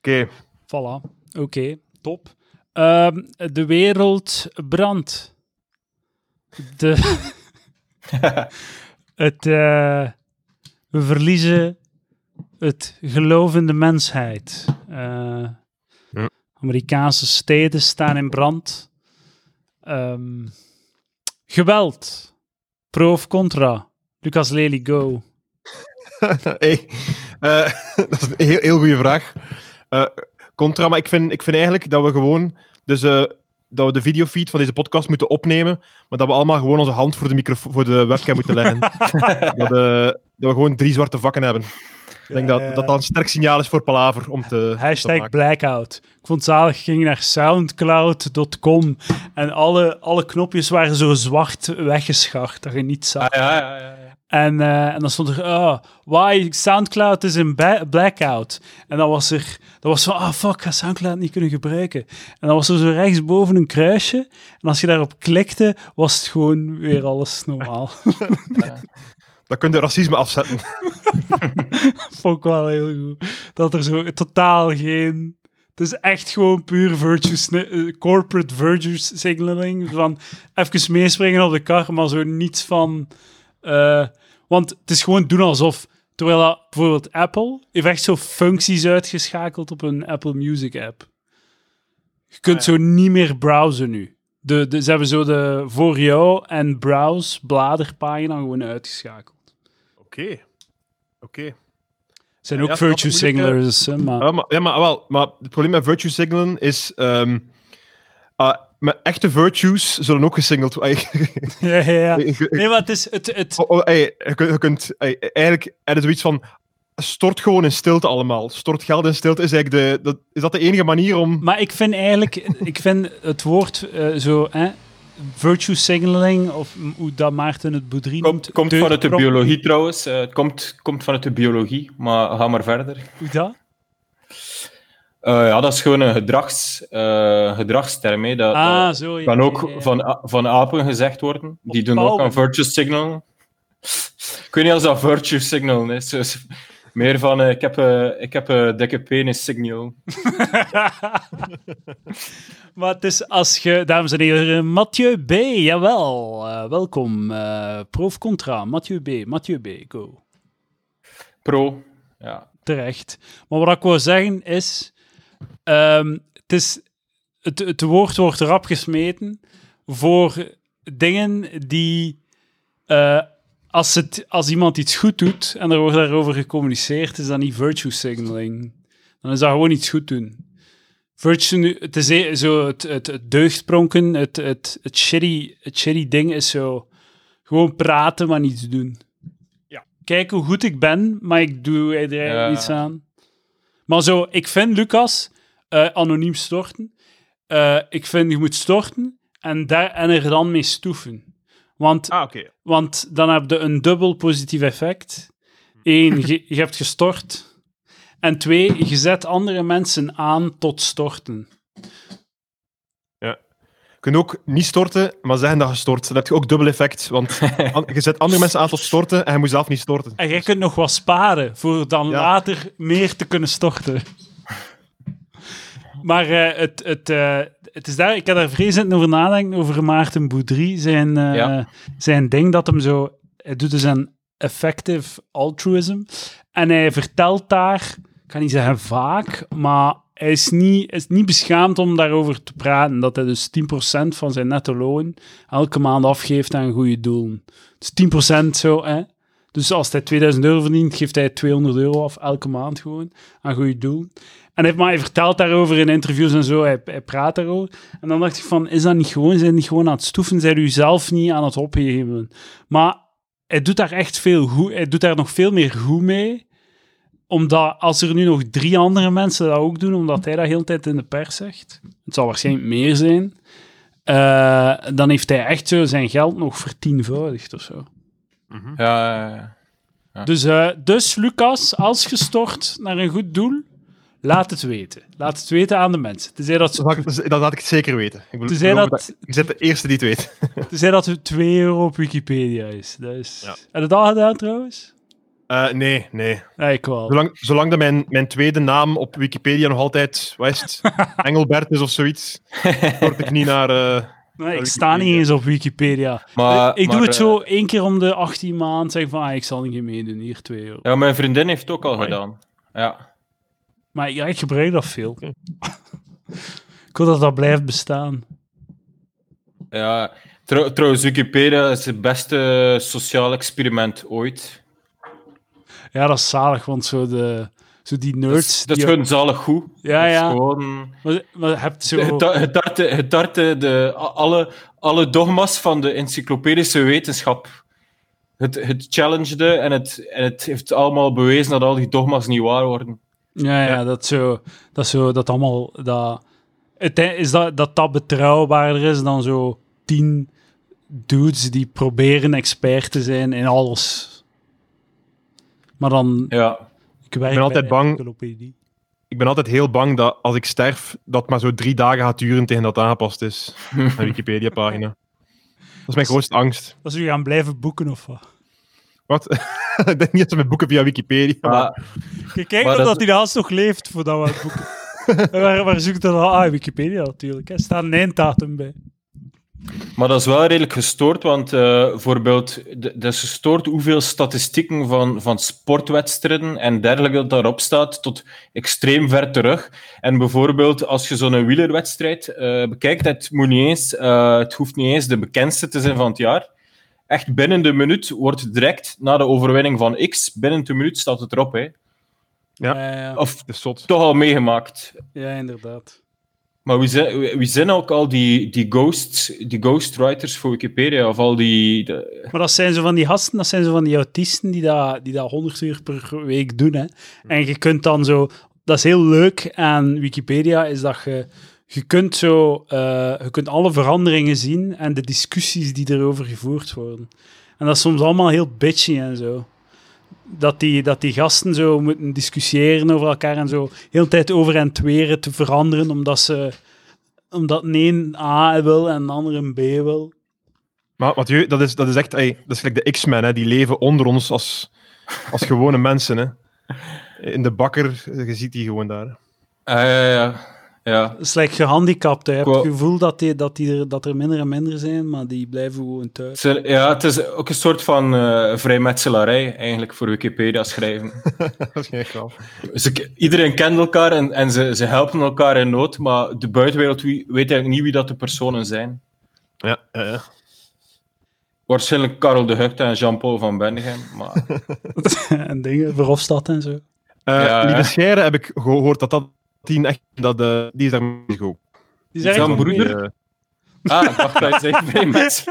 Oké. Voilà. Oké, top. De wereld brandt. We verliezen het geloof in de mensheid. Amerikaanse steden staan in brand. Geweld. Pro of contra? Lucas Lely, go. Hey, dat is een heel goede vraag. Contra, maar ik vind eigenlijk dat we gewoon... Dus dat we de videofeed van deze podcast moeten opnemen, maar dat we allemaal gewoon onze hand voor de webcam moeten leggen. dat we gewoon 3 zwarte vakken hebben. Ik denk dat een sterk signaal is voor Palaver om te... Hashtag blackout. Ik vond het zalig, ik ging naar soundcloud.com en alle knopjes waren zo zwart weggeschacht, dat je niet zag. Ja. En dan stond er, why Soundcloud is in blackout. En dan was van, fuck, ik ga Soundcloud niet kunnen gebruiken. En dan was er zo rechtsboven een kruisje. En als je daarop klikte, was het gewoon weer alles normaal. Dan kun je racisme afzetten. Vond ik wel heel goed. Dat er zo totaal geen... Het is echt gewoon puur corporate virtue signaling. Van even meespringen op de kar, maar zo niets van... want het is gewoon doen alsof... Terwijl dat, bijvoorbeeld Apple heeft echt zo functies uitgeschakeld op een Apple Music app. Je kunt zo niet meer browsen nu. Ze hebben zo de voor jou en browse bladerpagina gewoon uitgeschakeld. Oké. Zijn ook virtue signalers, maar... Maar het probleem met virtue signalen is... met echte virtues zullen ook gesignald worden. Ja. Nee, maar het is... Je kunt eigenlijk... Er is zoiets van... Stort gewoon in stilte allemaal. Stort geld in stilte is eigenlijk is dat de enige manier om... Maar ik vind eigenlijk... Ik vind het woord virtue signaling, of hoe dat Maarten het Boudry noemt... Komt vanuit de biologie trouwens. Het komt vanuit de biologie, maar ga maar verder. Hoe dat? Dat is gewoon een gedragsterm. Dat kan ook van apen gezegd worden. Die doen ook aan virtue signal. Ik weet niet als dat virtue signal is. Dus meer van, ik heb een dikke penis signal. Maar het is als je... Dames en heren, Mathieu B. Jawel. Welkom. Pro of contra? Mathieu B. Go. Pro. Ja. Terecht. Maar wat ik wil zeggen is... Het woord wordt erop gesmeten voor dingen die... Als iemand iets goed doet en er wordt daarover gecommuniceerd, is dat niet virtue signaling. Dan is dat gewoon iets goed doen. Virtue, het is zo het deugdpronken, het shitty ding is zo gewoon praten, maar niets doen. Ja. Kijk hoe goed ik ben, maar ik doe er eigenlijk niets aan. Maar zo, ik vind, Lucas, anoniem storten, ik vind je moet storten en er dan mee stoeven. Want dan heb je een dubbel positief effect. 1, je hebt gestort. En 2, je zet andere mensen aan tot storten. Ja. Je kunt ook niet storten, maar zeggen dat je stort. Dan heb je ook dubbel effect. Want je zet andere mensen aan tot storten en je moet zelf niet storten. En jij kunt nog wat sparen voor dan later meer te kunnen storten. Maar het is daar... Ik heb daar vreselijk over nadenken, over Maarten Boudry. Zijn ding dat hem zo... Hij doet dus een effective altruism. En hij vertelt daar... Ik kan niet zeggen vaak, maar hij is niet beschaamd om daarover te praten. Dat hij dus 10% van zijn netto loon elke maand afgeeft aan goede doelen. Dus 10% zo, hè. Dus als hij €2000 verdient, geeft hij €200 af elke maand gewoon aan goede doelen. En hij vertelt daarover in interviews en zo, hij praat daarover. En dan dacht ik van, is dat niet gewoon? Zijn niet gewoon aan het stoeven? Zijn u zelf niet aan het opgeven? Maar hij doet daar echt veel goed. Hij doet daar nog veel meer goed mee. Omdat als er nu nog 3 andere mensen dat ook doen, omdat hij dat heel de tijd in de pers zegt, het zal waarschijnlijk meer zijn, dan heeft hij echt zo zijn geld nog vertienvoudigd of zo. Mm-hmm. Ja. Dus Lucas, als je stort naar een goed doel, laat het weten. Laat het weten aan de mensen. Dat laat ik het zeker weten. Je bent de eerste die het weet. Tenzij dat het €2 op Wikipedia is. Dat is... Ja. Heb je dat al gedaan trouwens? Nee. Ja, ik wel. Zolang dat mijn tweede naam op Wikipedia nog altijd, wat is het, Engelbert is of zoiets, word ik niet naar... Nee, ik sta niet eens op Wikipedia. Ik doe het zo 1 keer om de 18 maanden. Zeg van, ik zal niet meedoen. Hier 2 euro. Ja, mijn vriendin heeft het ook al gedaan. Ja. Maar ja, ik gebruik dat veel. Ik wil dat dat blijft bestaan. Ja, trouwens, Wikipedia is het beste sociaal experiment ooit. Ja, dat is zalig, want zo die nerds... Dat is gewoon zalig goed. Ja. Gewoon... Maar je hebt zo... Het tartte alle dogma's van de encyclopedische wetenschap. Het challengede en het heeft allemaal bewezen dat al die dogma's niet waar worden. Ja. Dat allemaal... Dat betrouwbaarder is dan zo 10 dudes die proberen expert te zijn in alles. Maar dan... Ja. Ik ben altijd bang... Ik ben altijd heel bang dat als ik sterf, dat maar zo 3 dagen gaat duren tegen dat aangepast is. Mijn Wikipedia-pagina. Dat is mijn grootste angst. Dat ze gaan blijven boeken of wat? Wat? Ik denk niet dat ze met boeken via Wikipedia. Maar... Kijk dat hij haast nog leeft voordat we het boeken. waar zoekt dat al? Wikipedia natuurlijk. Er staat een einddatum bij. Maar dat is wel redelijk gestoord, want bijvoorbeeld, dat is gestoord hoeveel statistieken van sportwedstrijden en dergelijke dat daarop staat tot extreem ver terug. En bijvoorbeeld, als je zo'n wielerwedstrijd bekijkt, het hoeft niet eens de bekendste te zijn van het jaar. Echt binnen de minuut wordt direct na de overwinning van X, binnen de minuut staat het erop. Hè. Ja. Of toch al meegemaakt. Ja, inderdaad. Maar wie zijn ook al die ghostwriters voor Wikipedia? Of al die... Maar dat zijn zo van die gasten, dat zijn zo van die autisten die dat 100 uur per week doen. Hè. En je kunt dan zo... Dat is heel leuk aan Wikipedia, is dat je kunt alle veranderingen zien en de discussies die erover gevoerd worden. En dat is soms allemaal heel bitchy en zo. Dat die gasten zo moeten discussiëren over elkaar en zo heel de tijd over en tweren te veranderen, omdat de een A wil en de ander een B wil. Maar Mathieu, dat is echt... dat is gelijk de X-Men, hè. Die leven onder ons als gewone mensen. Hè. In de bakker, je ziet die gewoon daar. Ja. Het is like gehandicapt. Je hebt het gevoel dat er minder en minder zijn, maar die blijven gewoon thuis. Ja, het is ook een soort van vrijmetselarij eigenlijk voor Wikipedia schrijven. Dat is geen grap. Iedereen kent elkaar en ze helpen elkaar in nood, maar de buitenwereld weet eigenlijk niet wie dat de personen zijn. Ja. Waarschijnlijk Karel de Hucht en Jean-Paul van Bennegem, maar... en dingen, Verhofstadt en zo. Lieve Scheire heb ik gehoord dat die is daar mee goed. Die is een broeder? Ik dacht dat je zegt vreemd.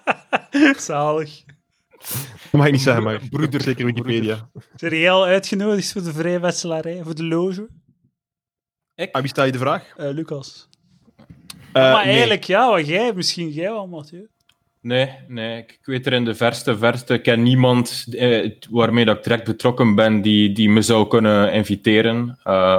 Zalig. Dat mag ik niet zeggen, maar broeder zeker Wikipedia. Zijn jij al uitgenodigd voor de vrijmetselarij, voor de loge? Ik? Wie stel je de vraag? Lucas. Maar eigenlijk, nee. misschien jij wel, Mathieu. Nee, ik weet er in de verste verte, ik ken niemand waarmee dat ik direct betrokken ben die me zou kunnen inviteren.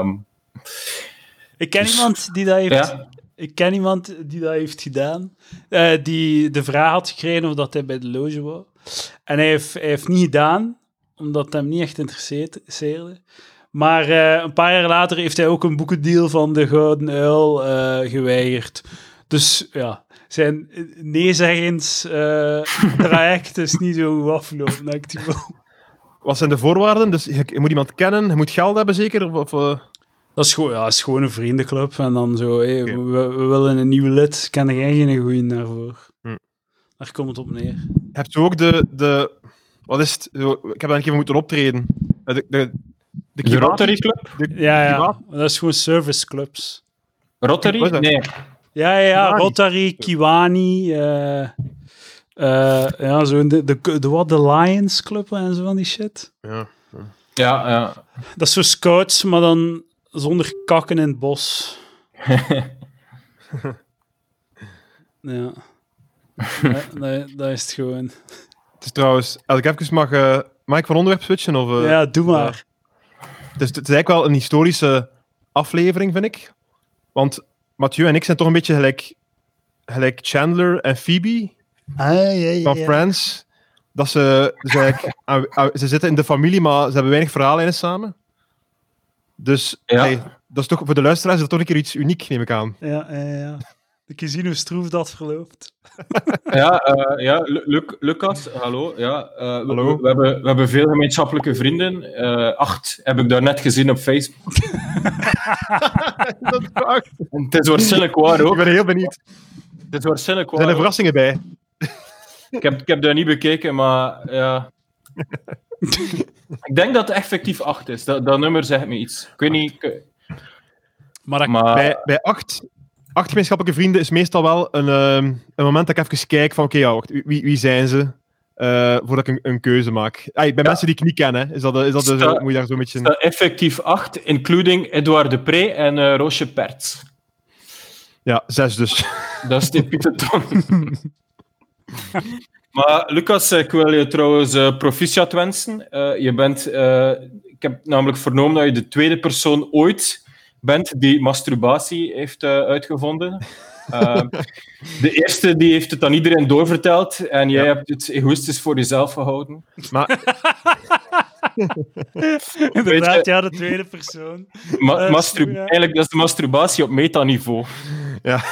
Ik ken iemand die dat heeft... Ja? Ik ken iemand die dat heeft gedaan, die de vraag had gekregen of dat hij bij de loge wou. En hij heeft niet gedaan, omdat het hem niet echt interesseerde. Maar een paar jaar later heeft hij ook een boekendeal van de Gouden Uil geweigerd. Dus ja, zijn nee-zeggens traject is niet zo goed afgelopen, denk ik wel. Wat zijn de voorwaarden? Dus je moet iemand kennen, je moet geld hebben zeker? Of, Dat is gewoon een vriendenclub. En dan zo, okay. we willen een nieuw lid. Ken jij geen goeie daarvoor? Daar komt het op neer. Heb je ook de wat is het? Ik heb daar een keer moeten optreden. De Rotary Club? Ja. Dat is gewoon serviceclubs. Rotary? Nee. Ja. Rotary, Kiwani. Zo de Lions Club en zo van die shit. Ja. Dat is zo scouts, maar dan zonder kakken in het bos. Ja. Dat is het gewoon. Het is trouwens, als ik even mag ik van onderwerp switchen? Of, ja, doe maar. Het is eigenlijk wel een historische aflevering, vind ik. Want Mathieu en ik zijn toch een beetje gelijk Chandler en Phoebe van Friends. dat ze... Dus eigenlijk, ze zitten in de familie, maar ze hebben weinig verhaallijnen samen. Dus dat is toch, voor de luisteraars is dat toch een keer iets uniek, neem ik aan. Ja. Ik zie hoe stroef dat verloopt. Lucas, hallo. Hallo. We hebben veel gemeenschappelijke vrienden. 8 heb ik daarnet gezien op Facebook. Dat is waar. En het is waarschijnlijk waar ook. Ik ben heel benieuwd. Het is waarschijnlijk waar. Er zijn er verrassingen bij. Ik heb dat niet bekeken, maar ja. Ik denk dat het effectief 8 is. Dat nummer zegt me iets. Ik weet niet. Bij 8 gemeenschappelijke vrienden is meestal wel een moment dat ik even kijk van wacht, wie zijn ze? Voordat ik een keuze maak. Bij mensen die ik niet ken, hè, moet je daar zo'n beetje... Effectief 8, including Edouard Depré en Roosje Perts. Ja, 6 dus. Dat is de Pieter. Maar Lucas, ik wil je trouwens proficiat wensen. Je bent... ik heb namelijk vernomen dat je de tweede persoon ooit bent die masturbatie heeft uitgevonden. De eerste die heeft het aan iedereen doorverteld en jij hebt het egoïstisch voor jezelf gehouden. Maar... Inderdaad, de tweede persoon. Eigenlijk, dat is de masturbatie op metaniveau. Ja.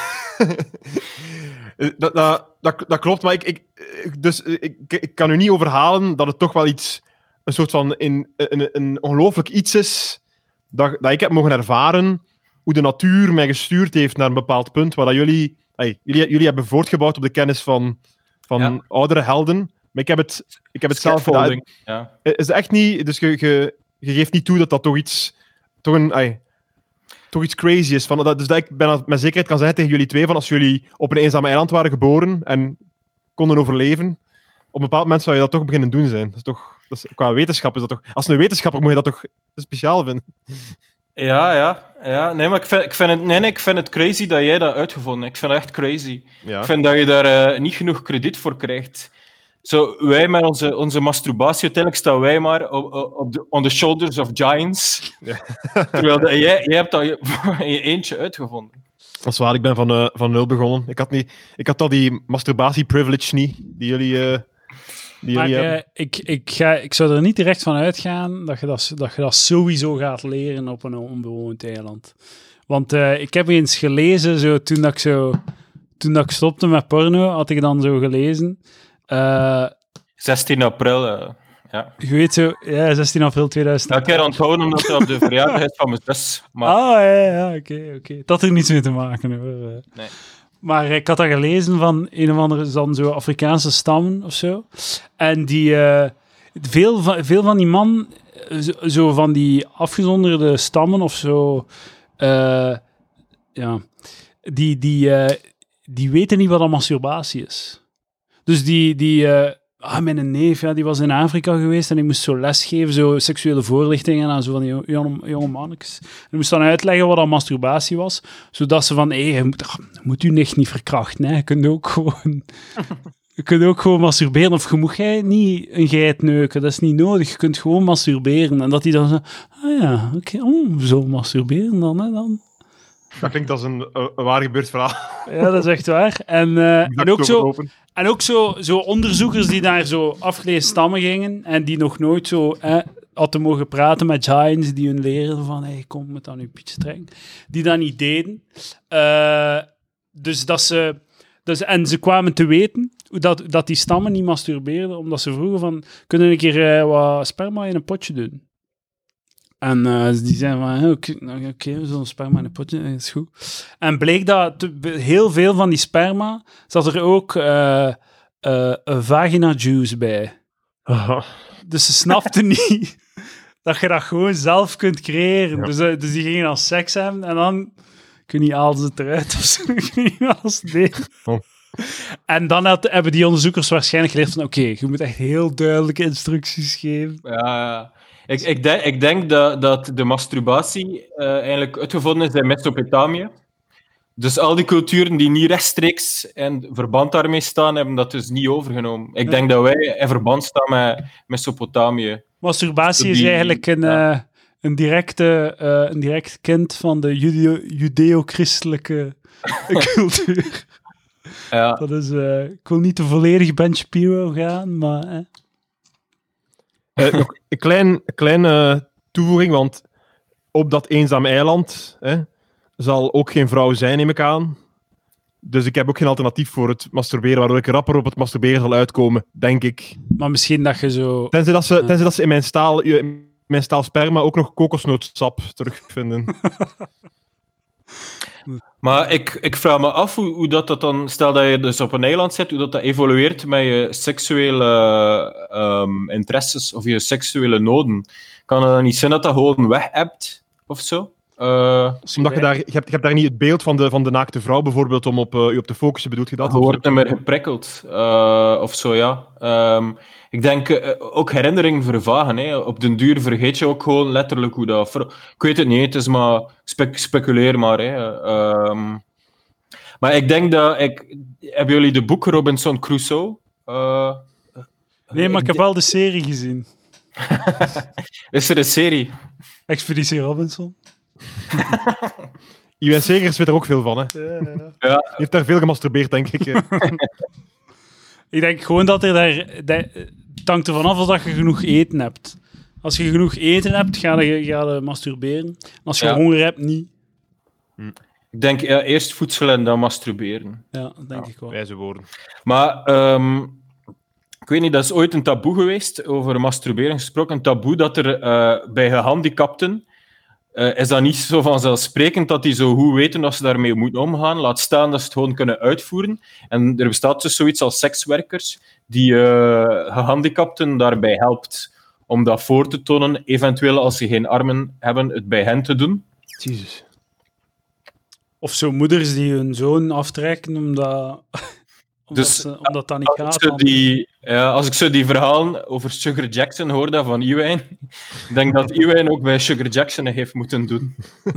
Dat klopt, maar ik kan u niet overhalen dat het toch wel iets, een soort van een ongelooflijk iets is dat ik heb mogen ervaren, hoe de natuur mij gestuurd heeft naar een bepaald punt, waar dat jullie hebben voortgebouwd op de kennis van oudere helden, maar ik heb het zelf... Is echt niet... Dus je geeft niet toe dat toch iets... Toch iets crazy is. Dus dat ik met zekerheid kan zeggen tegen jullie twee, van als jullie op een eenzame eiland waren geboren en konden overleven, op een bepaald moment zou je dat toch beginnen doen zijn. Qua wetenschap is dat toch... Als een wetenschapper moet je dat toch speciaal vinden. Ja. Nee, maar ik vind het crazy dat jij dat uitgevonden hebt. Ik vind het echt crazy. Ja. Ik vind dat je daar niet genoeg krediet voor krijgt. Wij met onze masturbatie, uiteindelijk staan wij maar on the shoulders of giants. Ja. Terwijl jij hebt dat in je eentje uitgevonden. Dat is waar, ik ben van nul begonnen. Ik had al die masturbatie-privilege niet, die jullie hebben. Ik zou er niet direct van uitgaan dat je dat sowieso gaat leren op een onbewoond eiland. Want ik heb eens gelezen, toen ik stopte met porno, had ik dan zo gelezen... 16 april, ja. Je weet zo, 16 april 2000. Ik heb onthouden omdat het op de verjaardag is van mijn zus. Maar... Oké. Dat had er niets mee te maken, hoor. Nee. Maar ik had dat gelezen van een of andere dan zo Afrikaanse stammen of zo. En die... veel van die man, zo van die afgezonderde stammen of zo... die weten niet wat een masturbatie is. Dus mijn neef, die was in Afrika geweest en ik moest zo lesgeven, zo seksuele voorlichtingen aan zo van die jonge mannetjes. En ik moest dan uitleggen wat dan masturbatie was, zodat ze van, je moet je nicht niet verkrachten, hè. Je kunt ook gewoon masturberen, of je moet niet een geit neuken, dat is niet nodig, je kunt gewoon masturberen. En dat hij dan zo, zo masturberen dan, hè, dan. Dat klinkt als een waar gebeurd verhaal. Ja, dat is echt waar. En ook zo onderzoekers die naar zo afgelezen stammen gingen en die nog nooit zo hadden mogen praten met giants die hun leerden van kom met aan uw pietstreng. Die dat niet deden. En ze kwamen te weten dat die stammen niet masturbeerden, omdat ze vroegen van, kunnen we een keer wat sperma in een potje doen? En die zeiden van, oké, zo'n sperma in een potje, dat is goed. En bleek dat heel veel van die sperma, zat er ook vagina juice bij. Aha. Dus ze snapten niet dat je dat gewoon zelf kunt creëren. Ja. Dus die gingen dan seks hebben en dan kun je halen ze het eruit of zo. Kun je alles delen. Oh. En dan hebben die onderzoekers waarschijnlijk geleerd van, oké, je moet echt heel duidelijke instructies geven. Ja. Ik denk dat de masturbatie eigenlijk uitgevonden is in Mesopotamië. Dus al die culturen die niet rechtstreeks in verband daarmee staan, hebben dat dus niet overgenomen. Ik denk dat wij in verband staan met Mesopotamië. Masturbatie is eigenlijk een direct kind van de judeo-christelijke cultuur. Ja. Dat is, ik wil niet te volledig Ben Shapiro gaan, maar... Nog een kleine toevoeging, want op dat eenzame eiland zal ook geen vrouw zijn, neem ik aan. Dus ik heb ook geen alternatief voor het masturberen, waardoor ik rapper op het masturberen zal uitkomen, denk ik. Maar misschien dat je zo... Tenzij dat ze in mijn staal sperma ook nog kokosnootsap terugvinden. Maar ik vraag me af hoe dat dan... Stel dat je dus op een eiland zit, hoe dat evolueert met je seksuele interesses of je seksuele noden. Kan het dan niet zijn dat dat gewoon weg hebt of zo? Omdat je hebt daar niet het beeld van de naakte vrouw bijvoorbeeld om je op te focussen, bedoelt je dat? Je wordt niet meer geprikkeld of zo, ja. Ik denk ook herinneringen vervagen. Hè. Op den duur vergeet je ook gewoon letterlijk hoe dat... Ik weet het niet, het is maar... Speculeer maar. Hè. Maar ik denk dat... Hebben jullie de boek Robinson Crusoe? Nee, maar ik heb wel de serie gezien. Is er een serie? Expeditie Robinson. Iwan Segers weet er ook veel van, hè. Ja. Die heeft daar veel gemasturbeerd, denk ik. Ik denk gewoon dat er daar... Het hangt ervan af dat je genoeg eten hebt. Als je genoeg eten hebt, ga je masturberen. Als je honger hebt, niet. Ik denk eerst voedsel en dan masturberen. Ja, dat denk ik wel. Wijze woorden. Maar... ik weet niet, dat is ooit een taboe geweest, over masturberen gesproken. Een taboe dat er bij gehandicapten... is dat niet zo vanzelfsprekend dat die zo goed weten dat ze daarmee moeten omgaan. Laat staan dat ze het gewoon kunnen uitvoeren. En er bestaat dus zoiets als sekswerkers die gehandicapten daarbij helpt om dat voor te tonen. Eventueel, als ze geen armen hebben, het bij hen te doen. Jezus. Of zo moeders die hun zoon aftrekken omdat dat niet gaat. Als ik zo die verhalen over Sugar Jackson hoor dat van Iwijn, ik denk dat Iwijn ook bij Sugar Jackson heeft moeten doen.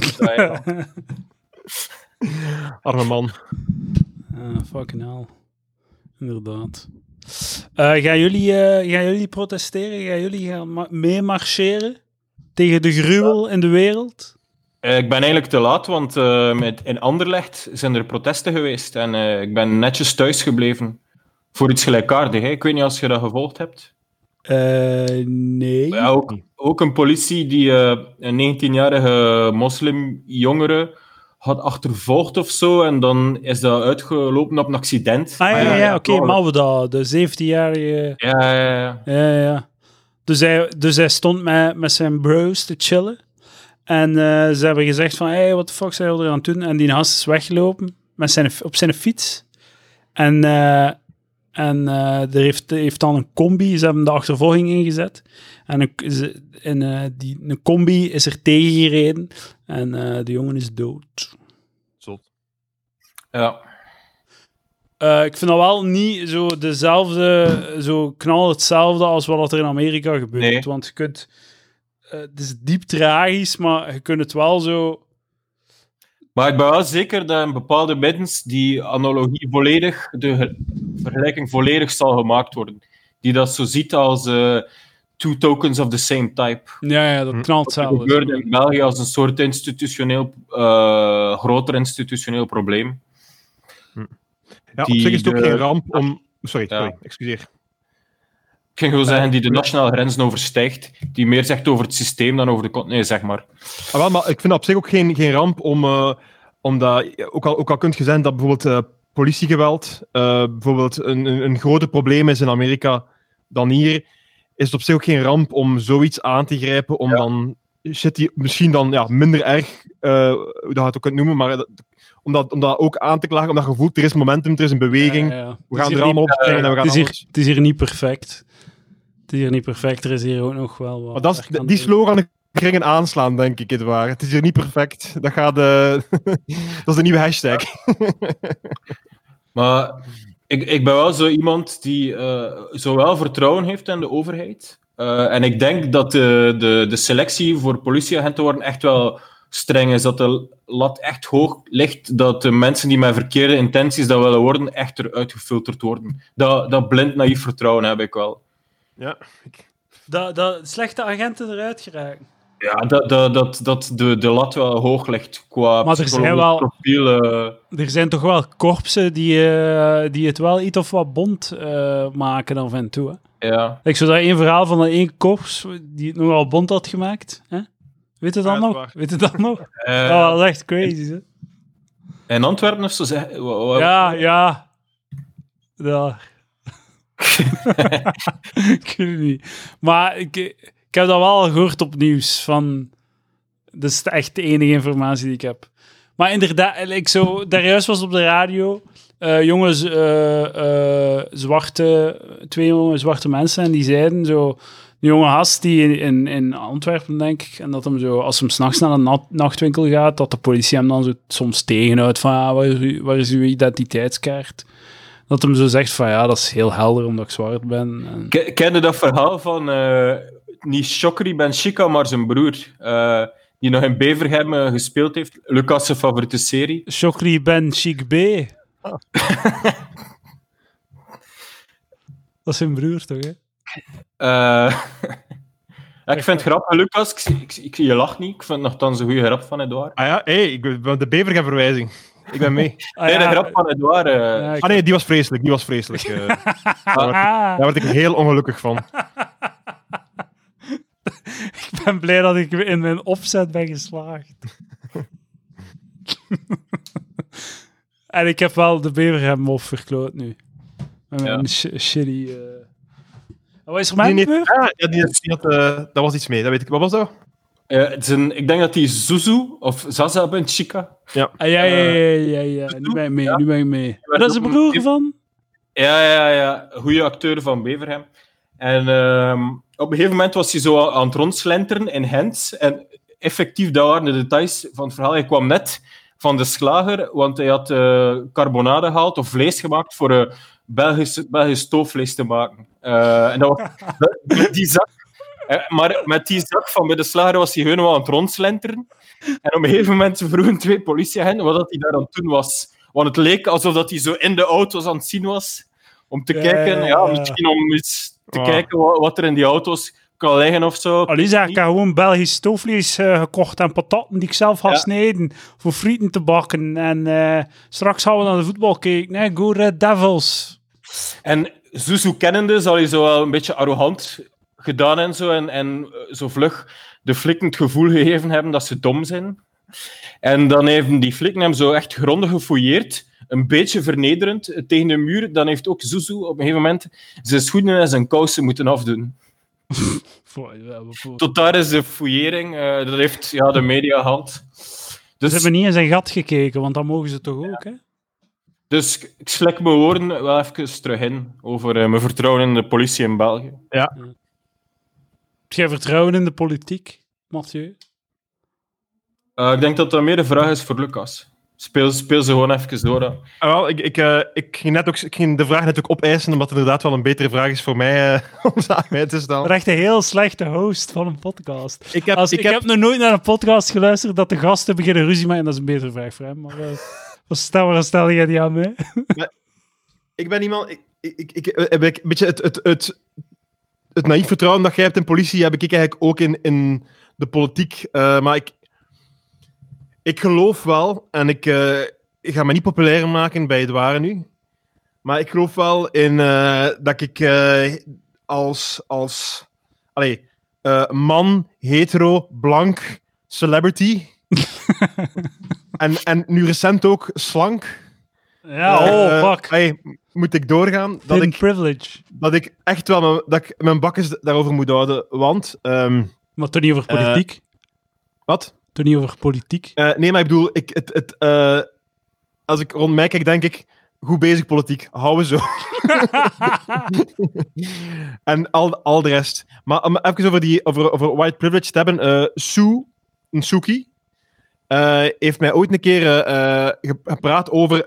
Arme man. Fucking hell. Inderdaad. Gaan jullie protesteren? Gaan jullie gaan meemarcheren tegen de gruwel in de wereld? Ik ben eigenlijk te laat, want in Anderlecht zijn er protesten geweest en ik ben netjes thuis gebleven voor iets gelijkaardigs. Ik weet niet als je dat gevolgd hebt. Nee. Ja, ook een politie die een 19-jarige moslimjongere had achtervolgd of zo en dan is dat uitgelopen op een accident. Oké, Mauda, de 17-jarige... Ja. Dus hij stond met zijn bros te chillen. En ze hebben gezegd van, hey, what the fuck zijn we er aan het doen? En die gast is weggelopen op zijn fiets. En er heeft dan een combi, ze hebben de achtervolging ingezet. En een combi is er tegengereden. En de jongen is dood. Zot. Ja. Ik vind dat wel niet zo zo knal hetzelfde als wat er in Amerika gebeurt. Nee. Want je kunt... het is diep tragisch, maar je kunt het wel zo... Maar ik ben wel zeker dat in bepaalde middens die analogie volledig, de vergelijking volledig zal gemaakt worden. Die dat zo ziet als two tokens of the same type. Ja, dat knalt hetzelfde. Dat gebeurde in België als een soort groter institutioneel probleem. Ja, op zich is het ook geen ramp om... Sorry, excuseer. Ik ging gewoon zeggen, die de nationale grenzen overstijgt, die meer zegt over het systeem dan over de... Nee, zeg maar. Maar ik vind dat op zich ook geen ramp, omdat... Ook al kunt je zeggen dat bijvoorbeeld politiegeweld bijvoorbeeld een groter probleem is in Amerika dan hier, is het op zich ook geen ramp om zoiets aan te grijpen, om dan shit die misschien dan minder erg, hoe dat je het ook kunt noemen, maar om dat ook aan te klagen, omdat je voelt, er is momentum, er is een beweging, we gaan er allemaal op springen en we gaan het is hier niet perfect. Het is hier niet perfect, er is hier ook nog wel wat... Maar die slogan gingen aanslaan, denk ik, het waar. Het is hier niet perfect. Dat gaat... dat is de nieuwe hashtag. Maar ik ben wel zo iemand die zowel vertrouwen heeft in de overheid. En ik denk dat de selectie voor politieagenten worden echt wel streng is. Dat de lat echt hoog ligt. Dat de mensen die met verkeerde intenties dat willen worden, echt eruit gefilterd worden. Dat blind naïef vertrouwen heb ik wel. Ja. Dat slechte agenten eruit geraken. Ja, dat de lat wel hoog ligt qua maar er zijn wel, profiel. Er zijn toch wel korpsen die het wel iets of wat bond maken af en toe. Hè? Ja. Ik zou daar één verhaal van één korps die het nogal bond had gemaakt. Hè? Weet je dat nog? Waar. Weet je dat nog? Dat was echt crazy. Hè? In Antwerpen of zo zeg. Ja. Ik weet het niet. Maar ik heb dat wel gehoord op nieuws. Dat is echt de enige informatie die ik heb. Maar inderdaad, daar juist was op de radio twee jonge zwarte mensen en die zeiden zo, een jonge gast die in Antwerpen, denk ik, en dat hem zo, als hem s'nachts naar een nachtwinkel gaat, dat de politie hem dan zo soms tegenhoudt van, waar is uw identiteitskaart? Dat hem zo zegt van, ja, dat is heel helder omdat ik zwart ben. Ken je dat verhaal van niet Chokri Ben Chika, maar zijn broer, die nog in Beverhem gespeeld heeft? Lucas' zijn favoriete serie. Chokri Ben Chic B. Dat is zijn broer, toch, hè? Ja, ik vind het grappig, Lucas. Je lacht niet. Ik vind het nogthans een goede grap van Edouard. Ah ja, ik ben de Bevergem-verwijzing. Ik ben mee. Nee, de grap van Edouard. Nee, die was vreselijk. Daar word ik heel ongelukkig van. Ik ben blij dat ik in mijn opzet ben geslaagd. En ik heb wel de Bevergem-mof verkloot nu. Met mijn shitty... Wat is er met dat was iets mee, dat weet ik. Wat was dat? Ik denk dat die Zuzu of Zaza Ben Chica. Ja. Ja. Nu ben ik mee. Maar dat is een broer van? Ja. Goeie acteur van Bevergem. En op een gegeven moment was hij zo aan het rondslenteren in Gent. En effectief, dat waren de details van het verhaal. Hij kwam net van de slager, want hij had carbonade gehaald of vlees gemaakt voor Belgisch stoofvlees te maken. En dat was die zak. Maar met die zak van bij de slager was hij gewoon aan het rondslenteren. En op een gegeven moment vroegen twee politieagenten wat hij daar aan het doen was. Want het leek alsof dat hij zo in de auto's aan het zien was. Om te kijken, misschien om eens te kijken wat er in die auto's kan liggen of zo. Alisa, ik heb gewoon Belgisch stoofvlees gekocht en patatten die ik zelf ga snijden voor frieten te bakken. En straks gaan we naar de voetbal kijken. Nee, go Red Devils. En Zuzu kennende zal hij zo wel een beetje arrogant gedaan en zo. En zo vlug de flikken het gevoel gegeven hebben dat ze dom zijn. En dan hebben die flikken hem zo echt grondig gefouilleerd. Een beetje vernederend tegen de muur. Dan heeft ook Zuzu op een gegeven moment zijn schoenen en zijn kousen moeten afdoen. Tot daar is de fouillering. Dat heeft de media gehaald. Dus ze hebben niet in zijn gat gekeken, want dan mogen ze toch ook, hè? Dus ik slik mijn woorden wel even terug in over mijn vertrouwen in de politie in België. Ja. Heb jij vertrouwen in de politiek, Mathieu? Ik denk dat dat meer een vraag is voor Lucas. Speel ze gewoon even door. Ik ging de vraag net ook opeisen, omdat het inderdaad wel een betere vraag is voor mij om ze aan mij te stellen. Ik ben echt een heel slechte host van een podcast. Ik heb nog nooit naar een podcast geluisterd dat de gasten beginnen ruzie maken. Dat is een betere vraag voor hem. Maar waarom stel jij die aan mij? Ik ben iemand... Ik heb een beetje het naïef vertrouwen dat jij hebt in politie, heb ik eigenlijk ook in de politiek. Maar ik geloof wel, en ik ga me niet populair maken bij het ware nu, maar ik geloof wel in dat ik als man, hetero, blank, celebrity en nu recent ook slank. Ja, fuck. Moet ik doorgaan? Dat ik echt wel mijn bakjes daarover moet houden, want... maar toch niet over politiek? Wat? Toch niet over politiek? Nee, maar ik bedoel, als ik rond mij kijk, denk ik, goed bezig politiek, houden zo. En al de rest. Maar om even over white privilege te hebben, Suki heeft mij ooit een keer gepraat over...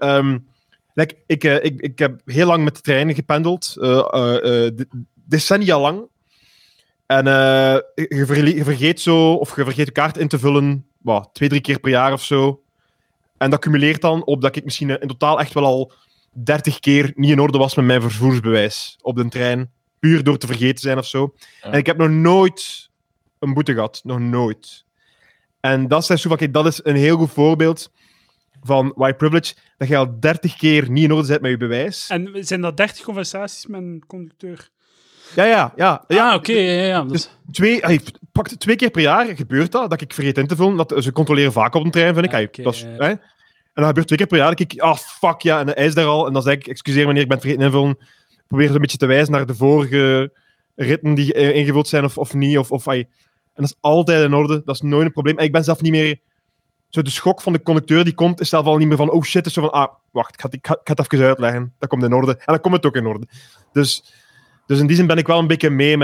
Ik heb heel lang met de treinen gependeld, decennia lang. En je vergeet je kaart in te vullen 2-3 keer per jaar of zo. En dat cumuleert dan op dat ik misschien in totaal echt wel al 30 keer niet in orde was met mijn vervoersbewijs op de trein. Puur door te vergeten zijn of zo. Ja. En ik heb nog nooit een boete gehad. Nog nooit. En dat is een heel goed voorbeeld van white privilege, dat je al 30 keer niet in orde bent met je bewijs. En zijn dat 30 conversaties met een conducteur? Ja. Oké. Ja. Dus 2 keer per jaar gebeurt dat ik vergeet in te vullen. Dat, ze controleren vaak op een trein, vind ik. En dat gebeurt 2 keer per jaar. Dat ik, fuck ja, en hij is daar al. En dan zeg ik, excuseer meneer, ik ben het vergeten invullen. Ik probeer een beetje te wijzen naar de vorige ritten die ingevuld zijn of niet. En dat is altijd in orde. Dat is nooit een probleem. En ik ben zelf niet meer... Zo de schok van de conducteur die komt, is zelf al niet meer van, oh shit, is zo van, wacht, ik ga het even uitleggen. Dat komt in orde. En dan komt het ook in orde. Dus in die zin ben ik wel een beetje mee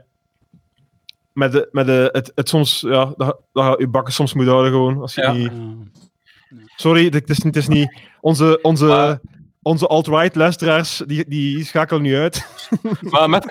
met het soms, ja, dat je bakken soms moet houden gewoon. Als je niet... Sorry, het is niet... Onze alt-right luisteraars, die schakelen nu uit. Maar om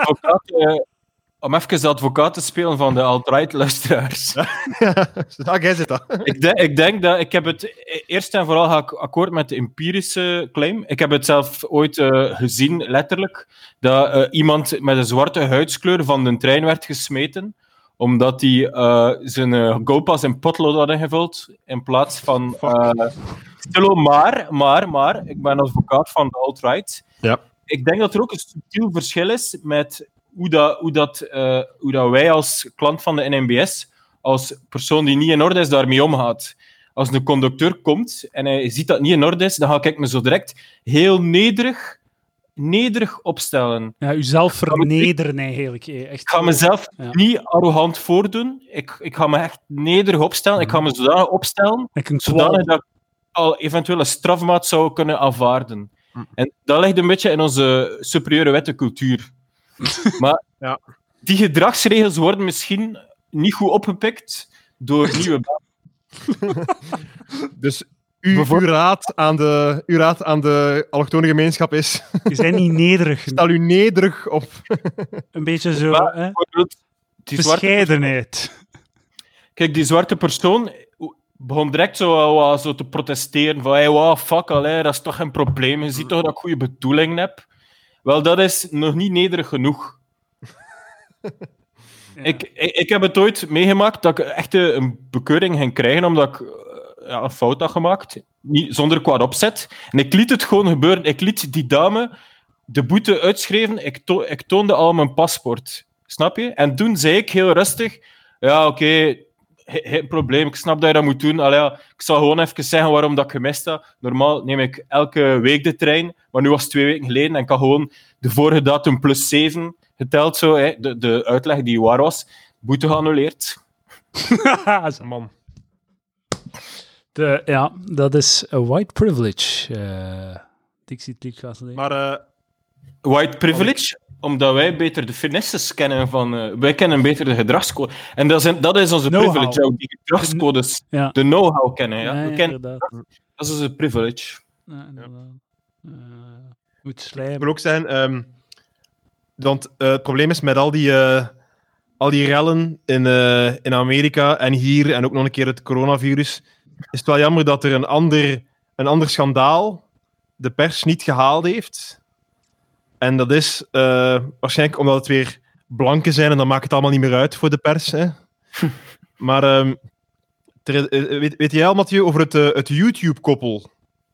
even de advocaat te spelen van de alt-right luisteraars. Jij zit dat. Ik denk dat ik heb het eerst en vooral ga ik akkoord met de empirische claim. Ik heb het zelf ooit gezien, letterlijk, dat iemand met een zwarte huidskleur van de trein werd gesmeten, omdat hij zijn GoPass in potlood had ingevuld, in plaats van Stillo. Maar, ik ben advocaat van de alt-right. Ja. Ik denk dat er ook een subtiel verschil is met hoe dat wij als klant van de NMBS, als persoon die niet in orde is, daarmee omgaat. Als een conducteur komt en hij ziet dat het niet in orde is, dan ga ik me zo direct heel nederig opstellen. Ja, uzelf vernederen eigenlijk. Echt. Ik ga mezelf niet arrogant voordoen. Ik ga me echt nederig opstellen. Ik ga me zodanig opstellen, zodanig dat ik al eventueel een strafmaat zou kunnen aanvaarden. En dat ligt een beetje in onze superieure wettencultuur. Maar die gedragsregels worden misschien niet goed opgepikt door nieuwe banen. Dus uw raad aan de allochtone gemeenschap is... Je bent niet nederig. Stel u nederig op. Een beetje zo, bescheidenheid. Kijk, die zwarte persoon begon direct zo te protesteren van hey, fuck, dat is toch geen probleem. Je ziet toch dat ik goede bedoelingen heb. Wel, dat is nog niet nederig genoeg. Ja. Ik heb het ooit meegemaakt dat ik echt een bekeuring ging krijgen omdat ik een fout had gemaakt, zonder kwaad opzet. En ik liet het gewoon gebeuren. Ik liet die dame de boete uitschrijven. Ik toonde al mijn paspoort. Snap je? En toen zei ik heel rustig, ja, oké, geen probleem, ik snap dat je dat moet doen. Ik zal gewoon even zeggen waarom dat ik gemist heb. Normaal neem ik elke week de trein, maar nu was het 2 weken geleden en ik had gewoon de vorige datum plus 7 geteld, zo, de uitleg die waar was. Boete geannuleerd. Man. Dat is a white privilege. Dixie League gaat alleen. Maar... white privilege? Omdat wij beter de finesses kennen wij kennen beter de gedragscode. En dat is onze privilege, ook die gedragscodes, de know-how kennen. Ja? Dat is onze privilege. Ja, inderdaad. Moet slijmen. Ik wil ook zeggen, want het probleem is met al die rellen in Amerika en hier, en ook nog een keer het coronavirus, is het wel jammer dat er een ander schandaal de pers niet gehaald heeft. En dat is waarschijnlijk omdat het weer blanken zijn en dan maakt het allemaal niet meer uit voor de pers. Hè? Maar weet jij al, Mathieu, over het YouTube-koppel?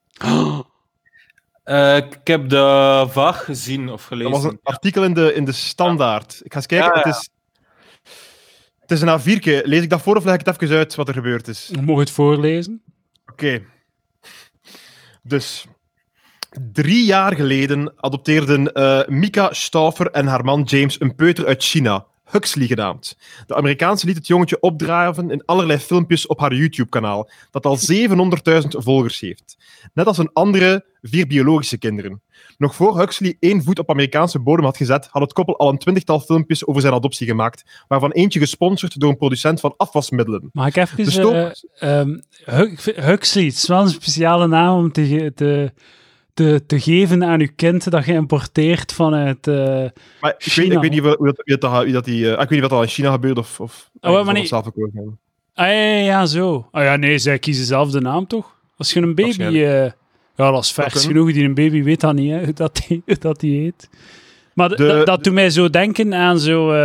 Ik heb dat vaag gezien of gelezen. Dat was een artikel in de Standaard. Ik ga eens kijken. Het is een A4'tje. Lees ik dat voor of leg ik het even uit wat er gebeurd is? Mag je het voorlezen? Oké. Dus... 3 jaar geleden adopteerden Mika Stauffer en haar man James een peuter uit China, Huxley genaamd. De Amerikaanse liet het jongetje opdraven in allerlei filmpjes op haar YouTube-kanaal, dat al 700.000 volgers heeft. Net als een andere 4 biologische kinderen. Nog voor Huxley 1 voet op Amerikaanse bodem had gezet, had het koppel al een 20-tal filmpjes over zijn adoptie gemaakt, waarvan eentje gesponsord door een producent van afwasmiddelen. Mag ik even... Huxley, het is wel een speciale naam om te geven aan uw kind dat je importeert vanuit maar China. Ik weet niet ik weet niet wat al in China gebeurt of maar nee. zelf gekozen. Ja, zo. Nee, zij kiezen zelf de naam, toch? Als je een baby... dat is vers genoeg. Die een baby weet dat niet, hè, dat die heet. Maar dat doet mij zo denken aan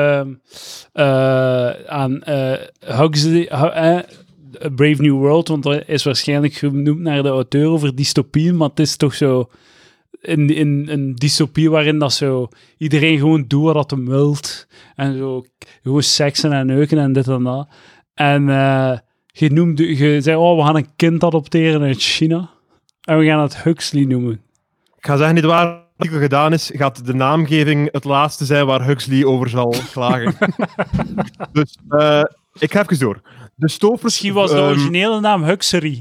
Huxley, A Brave New World, want dat is waarschijnlijk genoemd naar de auteur over dystopieën, maar het is toch zo in een dystopie waarin dat zo iedereen gewoon doet wat hij wilt en zo gewoon seksen en neuken en dit en dat. En je zei, we gaan een kind adopteren uit China en we gaan het Huxley noemen. Ik ga zeggen, niet waar het artikel gedaan is, gaat de naamgeving het laatste zijn waar Huxley over zal klagen. Dus ik ga even door. De stofers, misschien was de originele naam Huxley.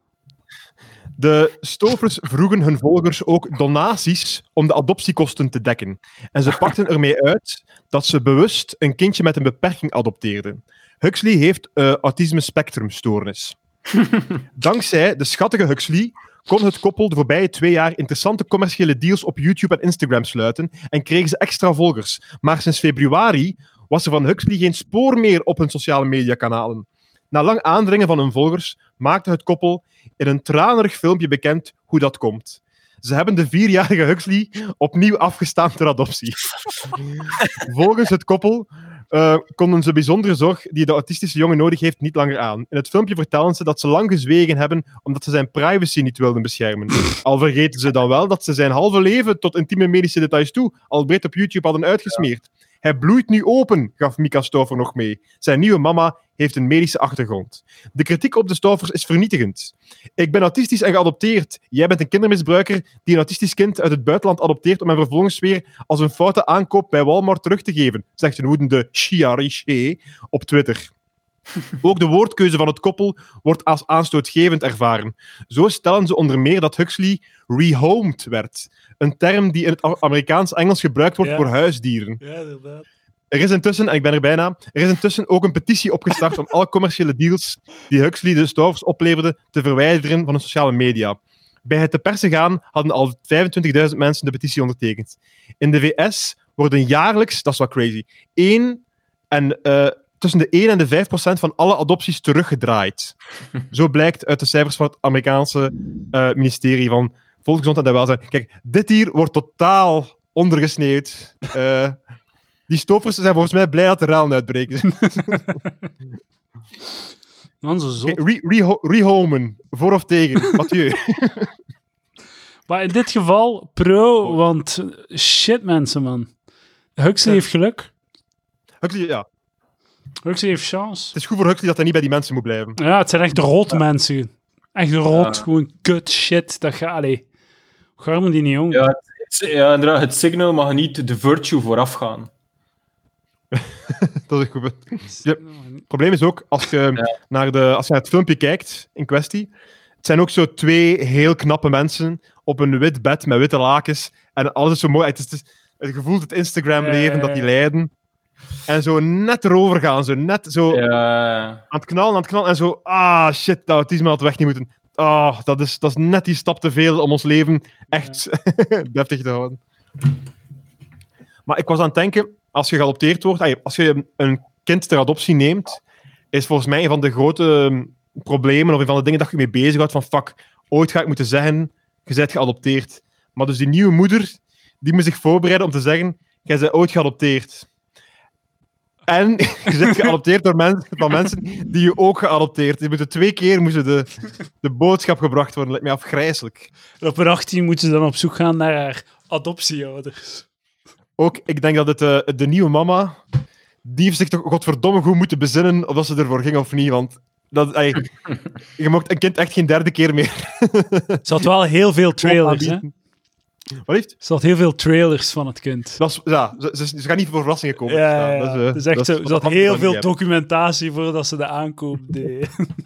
De stofers vroegen hun volgers ook donaties om de adoptiekosten te dekken. En ze pakten ermee uit dat ze bewust een kindje met een beperking adopteerden. Huxley heeft autisme-spectrumstoornis. Dankzij de schattige Huxley kon het koppel de voorbije 2 jaar interessante commerciële deals op YouTube en Instagram sluiten en kregen ze extra volgers. Maar sinds februari was er van Huxley geen spoor meer op hun sociale mediakanalen. Na lang aandringen van hun volgers maakte het koppel in een tranerig filmpje bekend hoe dat komt. Ze hebben de 4-jarige Huxley opnieuw afgestaan ter adoptie. Volgens het koppel konden ze bijzondere zorg die de autistische jongen nodig heeft niet langer aan. In het filmpje vertellen ze dat ze lang gezwegen hebben omdat ze zijn privacy niet wilden beschermen. Al vergeten ze dan wel dat ze zijn halve leven tot intieme medische details toe al breed op YouTube hadden uitgesmeerd. Ja. Hij bloeit nu open, gaf Mika Stauffer nog mee. Zijn nieuwe mama heeft een medische achtergrond. De kritiek op de Stauffers is vernietigend. Ik ben autistisch en geadopteerd. Jij bent een kindermisbruiker die een autistisch kind uit het buitenland adopteert om hem vervolgens weer als een foute aankoop bij Walmart terug te geven, zegt een woedende Shia Riche op Twitter. Ook de woordkeuze van het koppel wordt als aanstootgevend ervaren. Zo stellen ze onder meer dat Huxley rehomed werd. Een term die in het Amerikaans-Engels gebruikt wordt voor huisdieren. Ja, inderdaad. Er is intussen ook een petitie opgestart om alle commerciële deals die Huxley de Stauffers opleverde te verwijderen van de sociale media. Bij het te persen gaan hadden al 25.000 mensen de petitie ondertekend. In de VS worden jaarlijks, dat is wel crazy, tussen de 1 en de 5% van alle adopties teruggedraaid. Zo blijkt uit de cijfers van het Amerikaanse ministerie van Volksgezondheid en Welzijn. Kijk, dit hier wordt totaal ondergesneeuwd. Die Stauffers zijn volgens mij blij dat de ruilen uitbreken. Man, zo zot. Rehomen, voor of tegen, Mathieu. Maar in dit geval pro, want shit mensen, man. Huxley heeft geluk. Huxley heeft chance. Het is goed voor Huxley dat hij niet bij die mensen moet blijven. Ja, het zijn echt rot mensen. Echt rot, gewoon kut shit. Dat gaat, allee. Garmen die niet jong. Ja, inderdaad, het signal mag niet de virtue vooraf gaan. Dat is goed. Ja. Het probleem is ook, als je naar het filmpje kijkt in kwestie, het zijn ook zo 2 heel knappe mensen op een wit bed met witte lakens en alles is zo mooi. Je voelt het Instagram-leven dat die leiden. En zo net erover gaan, zo net zo aan het knallen en zo, shit, dat autisme had weg niet moeten. Dat is net die stap te veel om ons leven echt deftig te houden. Maar ik was aan het denken, als je geadopteerd wordt, als je een kind ter adoptie neemt, is volgens mij een van de grote problemen, of een van de dingen dat je mee bezighoudt, van fuck, ooit ga ik moeten zeggen, je bent geadopteerd. Maar dus die nieuwe moeder, die moet zich voorbereiden om te zeggen, jij bent ooit geadopteerd. En je bent geadopteerd door mensen die je ook geadopteerd. Die moeten 2 keer de boodschap gebracht worden. Lijkt mij afgrijselijk. En op een 18 moeten ze dan op zoek gaan naar haar adoptieouders. Ook, ik denk dat de nieuwe mama, die heeft zich toch godverdomme goed moeten bezinnen of dat ze ervoor ging of niet. Want je mocht een kind echt geen 3e keer meer. Ze had wel heel veel trailers, hè? Wat heeft? Ze had heel veel trailers van het kind. Ze gaan niet voor verrassingen komen. Ze had heel veel documentatie voordat ze de aankoop deed.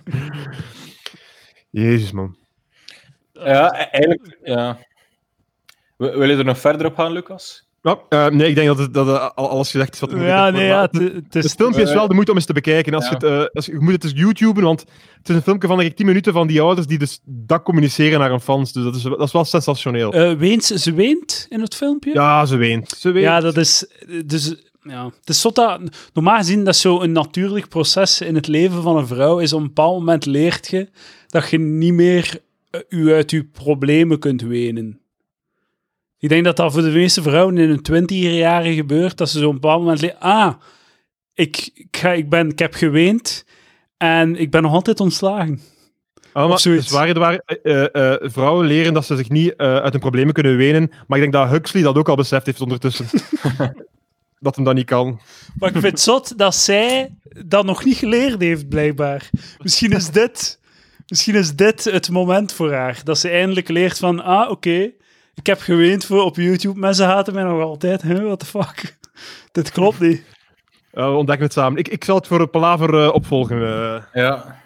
Jezus, man. Ja, eigenlijk... Ja. Wil je er nog verder op gaan, Lucas? Nee, ik denk dat alles gezegd is wat er moet. Het filmpje is wel de moeite om eens te bekijken. Je moet het dus YouTuben, want het is een filmpje van 10 minuten van die ouders die dus dat communiceren naar hun fans. Dus dat is wel sensationeel. Ze weent in het filmpje? Ja, ze weent. Ja, dat is... Dus, ja. Het is normaal gezien dat zo een natuurlijk proces in het leven van een vrouw is. Op een bepaald moment leert je dat je niet meer uit je problemen kunt wenen. Ik denk dat voor de meeste vrouwen in hun 20-jaren gebeurt, dat ze zo'n bepaald moment ik heb geweend en ik ben nog altijd ontslagen. Maar dus vrouwen leren dat ze zich niet uit hun problemen kunnen wenen, maar ik denk dat Huxley dat ook al beseft heeft ondertussen. Dat hem dat niet kan. Maar ik vind het zot dat zij dat nog niet geleerd heeft, blijkbaar. Misschien is dit het moment voor haar. Dat ze eindelijk leert van, oké, ik heb geweend op YouTube, mensen haten mij nog altijd. What the fuck? Dit klopt niet. We ontdekken het samen. Ik zal het voor Palaver opvolgen. Ja.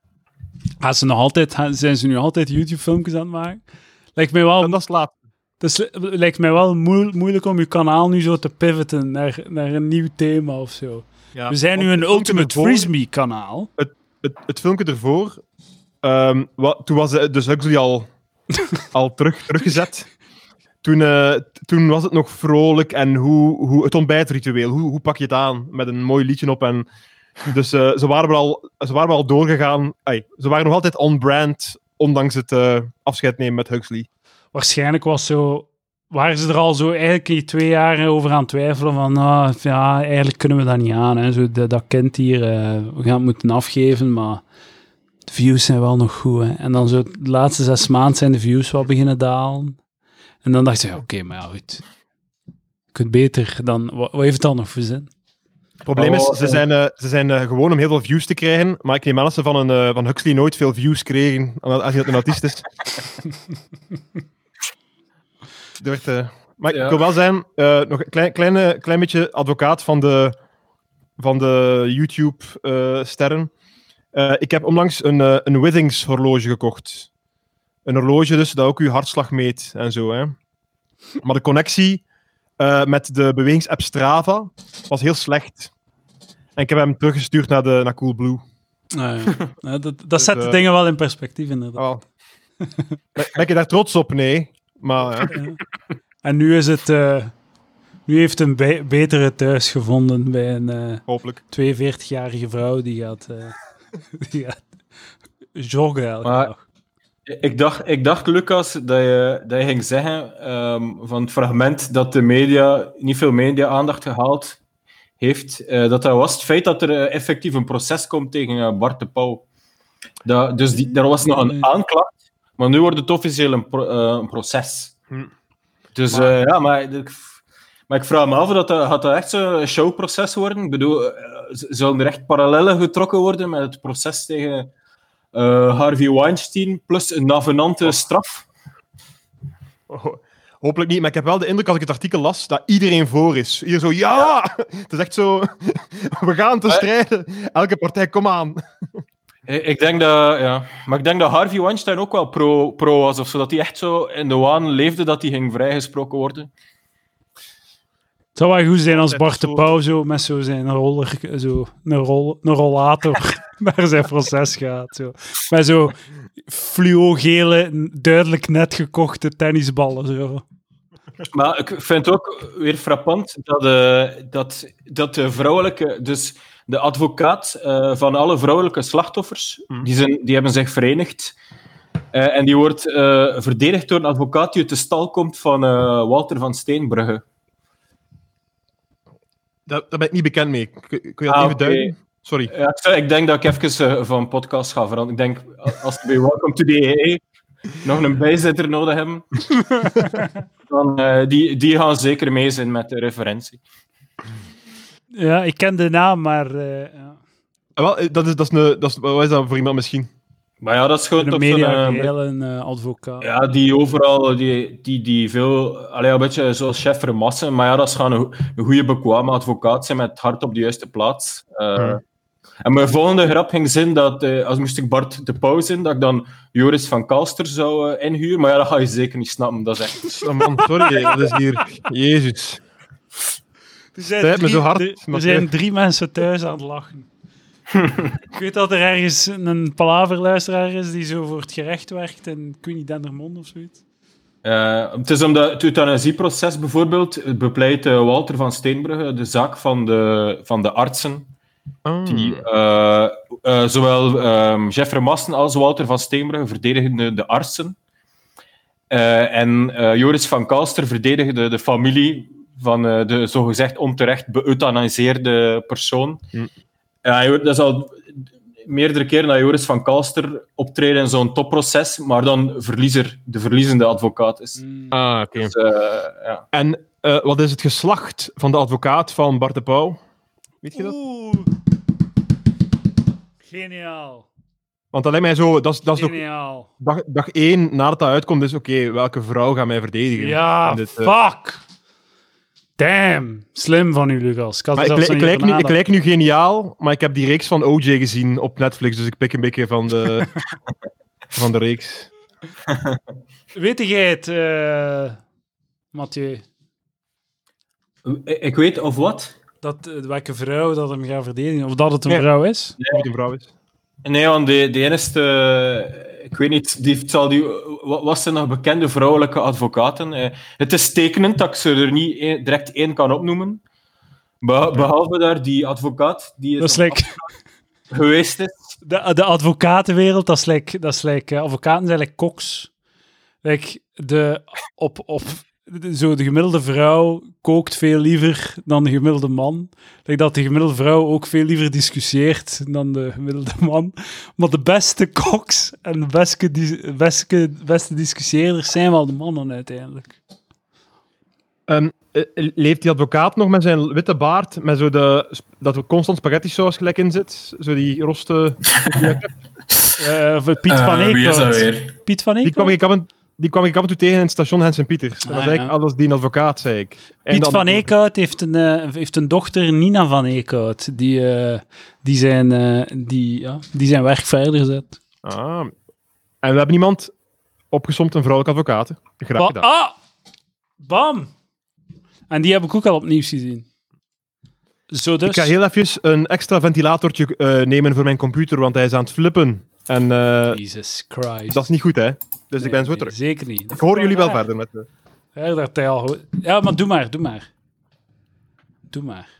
Zijn ze nu altijd YouTube-filmpjes aan het maken? Lijkt mij wel... En dat is laat. Het lijkt mij wel moeilijk om je kanaal nu zo te pivoten naar een nieuw thema of zo. Ja, we zijn nu een Ultimate Frisbee-kanaal. Het filmpje ervoor, toen was dus Huxley al teruggezet. Toen was het nog vrolijk en hoe het ontbijtritueel, hoe pak je het aan met een mooi liedje op. En dus ze waren wel doorgegaan. Ze waren nog altijd on-brand, ondanks het afscheid nemen met Huxley. Waarschijnlijk waren ze er al zo eigenlijk in 2 jaar over aan het twijfelen van eigenlijk kunnen we dat niet aan. Hè. Zo, dat kind hier, we gaan het moeten afgeven, maar de views zijn wel nog goed. Hè. En dan zo de laatste 6 maanden zijn de views wel beginnen dalen. En dan dacht ze, oké, maar ja, goed. Je kunt beter dan... Wat heeft het dan nog voor zin? Het probleem is, ze zijn gewoon om heel veel views te krijgen, maar ik neem aan dat ze van Huxley nooit veel views kregen, als hij een autist is. Maar ik wil wel zijn, nog een klein beetje advocaat van de YouTube-sterren. Ik heb onlangs een Withings horloge gekocht. Een horloge dus, dat ook uw hartslag meet en zo. Hè. Maar de connectie met de bewegingsapp Strava was heel slecht. En ik heb hem teruggestuurd naar Coolblue. Dat zet de dingen wel in perspectief, inderdaad. Ben je daar trots op? Nee. Maar, ja. En nu heeft een betere thuis gevonden bij een hopelijk 42-jarige vrouw die gaat joggen elke dag. Ik dacht, Lucas, dat je ging zeggen van het fragment dat de media niet veel media-aandacht gehaald heeft, dat was het feit dat er effectief een proces komt tegen Bart de Pauw. Daar was nog een aanklacht, maar nu wordt het officieel een proces. Dus maar ik vraag me af, gaat dat echt zo'n showproces worden? Ik bedoel, zullen er echt parallellen getrokken worden met het proces tegen Harvey Weinstein plus een navenante straf? Hopelijk niet, maar ik heb wel de indruk als ik het artikel las dat iedereen voor is. Iedereen zo, ja! Het is echt zo, we gaan te strijden. Elke partij, kom aan. Ik denk dat Harvey Weinstein ook wel pro was, of zo, dat hij echt zo in de waan leefde dat hij ging vrijgesproken worden. Het zou wel goed zijn als Bart de Pauw zo met zo zijn een rollator naar zijn proces gaat. Zo. Met zo fluo-gele, duidelijk net gekochte tennisballen. Zo. Maar ik vind het ook weer frappant dat de vrouwelijke... Dus de advocaat van alle vrouwelijke slachtoffers, die hebben zich verenigd. En die wordt verdedigd door een advocaat die uit de stal komt van Walter van Steenbrugge. Daar ben ik niet bekend mee. Kun je dat even duiden? Sorry. Ja, ik denk dat ik even van podcast ga veranderen. Ik denk, als we bij Welcome to the EE nog een bijzitter nodig hebben, dan die gaan zeker mee zijn met de referentie. Ja, ik ken de naam, maar... Wat is dat voor iemand misschien? Maar ja, dat is gewoon toch een advocaat. Ja, die overal, die veel... een beetje zoals chef Remassen, maar ja, dat is gewoon een goede, bekwame advocaat zijn met het hart op de juiste plaats. En mijn volgende grap ging zijn dat, als moest ik Bart de Pauw zijn, dat ik dan Joris van Kalster zou inhuren, maar ja, dat ga je zeker niet snappen, dat is echt... Oh man, sorry, dat is hier... Jezus. Er zijn 3 mensen thuis aan het lachen. Ik weet dat er ergens een palaverluisteraar is die zo voor het gerecht werkt en ik weet niet, Dendermonde of zoiets. Het is omdat het euthanasieproces bijvoorbeeld bepleit Walter van Steenbrugge de zaak van de artsen. Die, zowel Jeffrey Massen als Walter van Steenbrugge verdedigen de artsen. En Joris van Kalster verdedigde de familie van de zogezegd onterecht beeuthaniseerde persoon. Dat is al meerdere keren dat Joris van Kalster optreden in zo'n topproces, maar dan de verliezende advocaat is. Oké. Dus, ja. En wat is het geslacht van de advocaat van Bart de Pauw? Weet je dat? Geniaal. Want dat lijkt mij zo... Dat is nog Geniaal. dag 1 nadat dat uitkomt, is oké, welke vrouw gaat mij verdedigen? Ja, fuck. Damn. Slim van u, Lucas. Ik lijk nu geniaal, maar ik heb die reeks van OJ gezien op Netflix, dus ik pik een beetje van de, van de reeks. Weet jij het, Mathieu? Ik weet of wat? Welke vrouw dat hem gaat verdedigen? Of dat het een vrouw is? Nee, of het een vrouw is. Nee, want de enige... Ik weet niet, wat zijn nog bekende vrouwelijke advocaten? Het is tekenend dat ik ze er niet direct één kan opnoemen. Behalve daar die advocaat die dat is geweest is. De advocatenwereld, dat is advocaten zijn like koks. De gemiddelde vrouw kookt veel liever dan de gemiddelde man. Dat de gemiddelde vrouw ook veel liever discussieert dan de gemiddelde man. Maar de beste koks en de beste discussieerders zijn wel de mannen uiteindelijk. Leeft die advocaat nog met zijn witte baard, met zo dat er constant spaghetti saus gelijk in zit? Zo die roste... Piet van Eekhout. Wie is dat weer? Piet van Eekhout? Die kwam ik af en toe tegen in het station Hen Sint-Pieters. En dat zei ik alles die een advocaat, zei ik. Piet van Eekhout heeft een dochter, Nina van Eekhout, die zijn werk verder zet. En we hebben iemand opgesomd, een vrouwelijke advocaat. Graag gedaan. Bam! En die heb ik ook al opnieuw gezien. Zo dus. Ik ga heel even een extra ventilatortje nemen voor mijn computer, want hij is aan het flippen. En Jesus Christ. dat is niet goed, hè? Dus ik ben zo terug. Zeker niet. Ik hoor jullie wel verder met de... Ja, maar doe maar.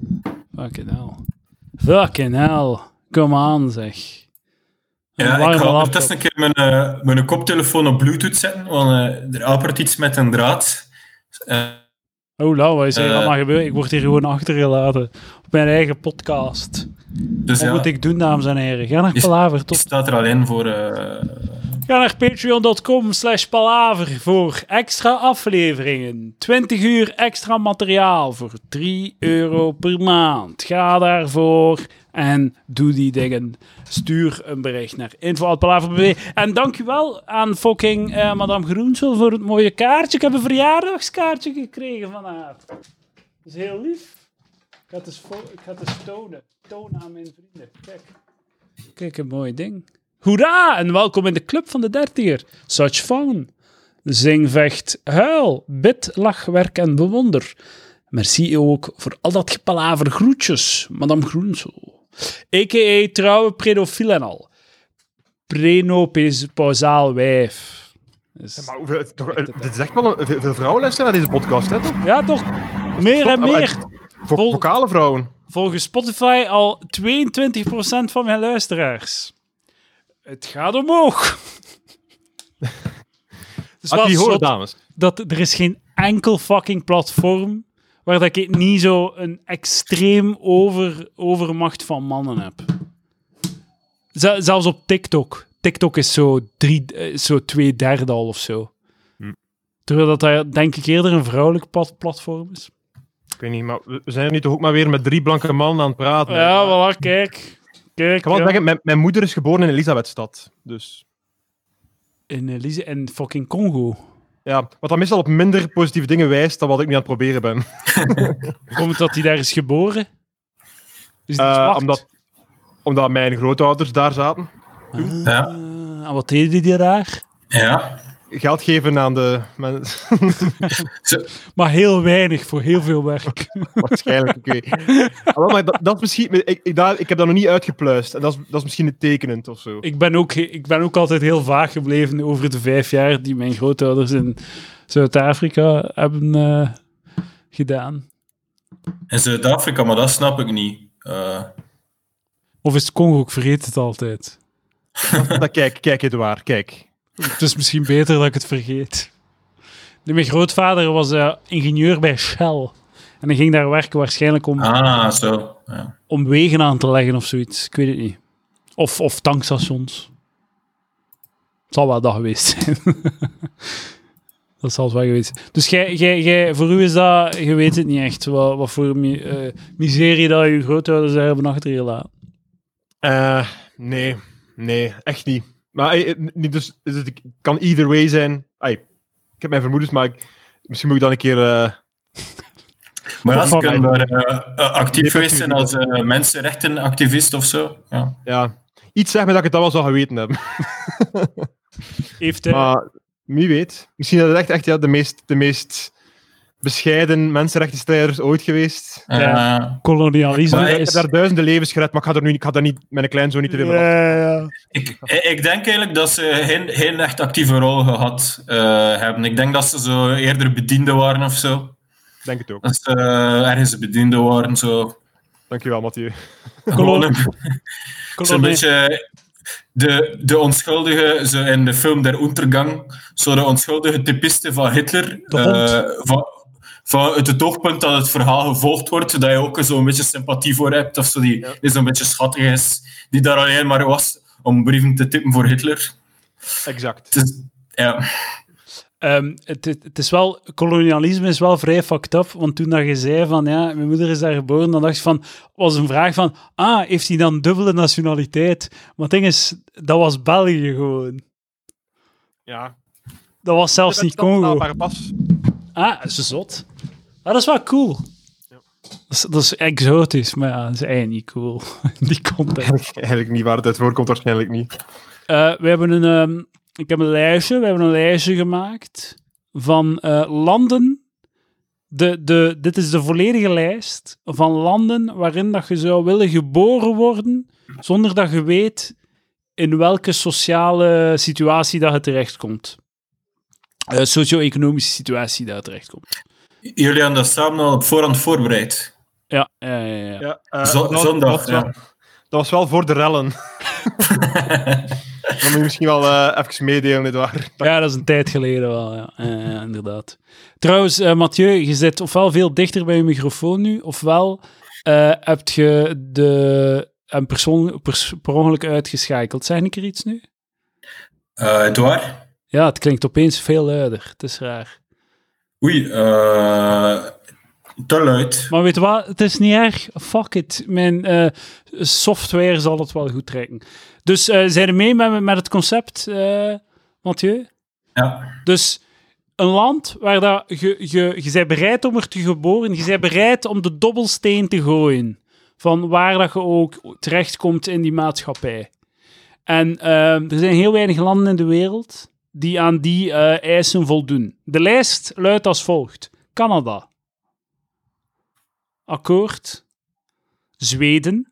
Fucking hell. Kom aan, zeg. Ja, ik ga ondertussen een keer mijn koptelefoon op Bluetooth zetten, want er hapert iets met een draad. Wat is er allemaal gebeurd? Ik word hier gewoon achtergelaten op mijn eigen podcast. Dus wat moet ik doen, dames en heren? Ga naar Palaver. Ik staat er alleen voor... Ga naar patreon.com/palaver voor extra afleveringen. 20 uur extra materiaal voor €3 per maand. Ga daarvoor en doe die dingen. Stuur een bericht naar info@palaver.be. En dankjewel aan fucking Madame Groensel voor het mooie kaartje. Ik heb een verjaardagskaartje gekregen van haar. Dat is heel lief. Ik ga het eens tonen aan mijn vrienden. Kijk, een mooi ding. Hoera! En welkom in de club van de 30er. Such fun. Zing, vecht, huil, bid, lach, werk en bewonder. Merci ook voor al dat gepalaver groetjes, Madame Groensel. A.k.a. trouwe pedofiel en al. Prenopausaal wijf. Dus, maar dit is echt wel veel vrouwen luisteren naar deze podcast, hè? Toch? Ja, toch? Meer en meer. Vocale vrouwen. Volgens Spotify al 22% van mijn luisteraars. Het gaat omhoog. Dus Had je gehoord, dames? Er is geen enkel fucking platform waar dat ik niet zo een extreem overmacht van mannen heb. Zelfs op TikTok. TikTok is zo 2/3 al of zo. Terwijl dat denk ik eerder een vrouwelijk platform is. Ik weet niet, maar we zijn er nu toch ook maar weer met 3 blanke mannen aan het praten. Ja, voilà, kijk. Ik kan wel zeggen, mijn moeder is geboren in Elisabethstad. Dus... In fucking Congo. Ja, wat dan meestal op minder positieve dingen wijst dan wat ik nu aan het proberen ben. Komt dat hij daar is geboren? Is omdat mijn grootouders daar zaten. Ja. En wat deden die daar? Ja. Geld geven aan de mensen. Maar heel weinig voor heel veel werk. Waarschijnlijk, ik weet. Maar dat is misschien... Ik heb dat nog niet uitgepluist. En dat is misschien tekenend of zo. Ik ben ook altijd heel vaag gebleven over de 5 jaar die mijn grootouders in Zuid-Afrika hebben gedaan. In Zuid-Afrika, maar dat snap ik niet. Of is het Congo? Ik vergeet het altijd. Kijk, Edouard, kijk. Het is misschien beter dat ik het vergeet. Mijn grootvader was ingenieur bij Shell. En hij ging daar werken waarschijnlijk om wegen aan te leggen of zoiets. Ik weet het niet. Of tankstations. Het zal wel dat geweest zijn. Dat zal het wel geweest zijn. Dus jij, voor u is dat... Je weet het niet echt. Wat voor miserie dat je grootouders daar hebben achtergelaten. Nee, echt niet. Maar dus het kan either way zijn. Ik heb mijn vermoedens, maar misschien moet ik dan een keer... Maar als ik daar actief geweest zijn als mensenrechtenactivist of zo. Ja, iets zegt me dat ik het dan wel zou geweten hebben. Maar wie weet. Misschien is het echt de meest bescheiden mensenrechtenstrijders ooit geweest. Kolonialisme. Ik heb daar duizenden levens gered, maar ik ga daar niet mijn kleinzoon niet te veel van ja. Ik denk eigenlijk dat ze geen echt actieve rol gehad hebben. Ik denk dat ze zo eerder bedienden waren of zo. Denk het ook. Dat ze ergens bedienden waren. Zo. Dankjewel, Mathieu. Zo'n beetje de onschuldige, zo in de film Der Untergang, zo de onschuldige typiste van Hitler. Van het oogpunt dat het verhaal gevolgd wordt, dat je ook zo'n beetje sympathie voor hebt, of zo, die zo'n beetje schattig is, die daar alleen maar was om brieven te tippen voor Hitler. Exact. Het is wel, kolonialisme is wel vrij fucked up, want toen dat je zei van, mijn moeder is daar geboren, dan dacht je van, was een vraag van, heeft hij dan dubbele nationaliteit? Maar het ding is, dat was België gewoon. Ja. Dat was zelfs niet Congo. Pas. Dat is zot. Dat is wel cool. Ja. Dat is exotisch, maar dat is eigenlijk niet cool. Die context. Eigenlijk niet waar het uit voorkomt, waarschijnlijk niet. We hebben we hebben een lijstje gemaakt van landen. Dit is de volledige lijst van landen waarin dat je zou willen geboren worden, zonder dat je weet in welke sociale situatie dat je terechtkomt. Socio-economische situatie dat je terechtkomt. Jullie hebben dat samen al op voorhand voorbereid. Ja. Zondag, dat was wel voor de rellen. Dat moet je misschien wel even meedelen, nietwaar? Ja, dat is een tijd geleden wel, ja. Inderdaad. Trouwens, Mathieu, je zit ofwel veel dichter bij je microfoon nu, ofwel heb je hem per ongeluk uitgeschakeld. Zeg ik er iets nu? Edouard? Ja, het klinkt opeens veel luider. Het is raar. Oei, te luid. Maar weet je wat? Het is niet erg. Fuck it. Mijn software zal het wel goed trekken. Dus zijn er mee met het concept, Mathieu? Ja. Dus een land waar dat je bent bereid om er te geboren, je bent bereid om de dobbelsteen te gooien van waar dat je ook terechtkomt in die maatschappij. En er zijn heel weinig landen in de wereld die aan die eisen voldoen. De lijst luidt als volgt. Canada. Akkoord. Zweden.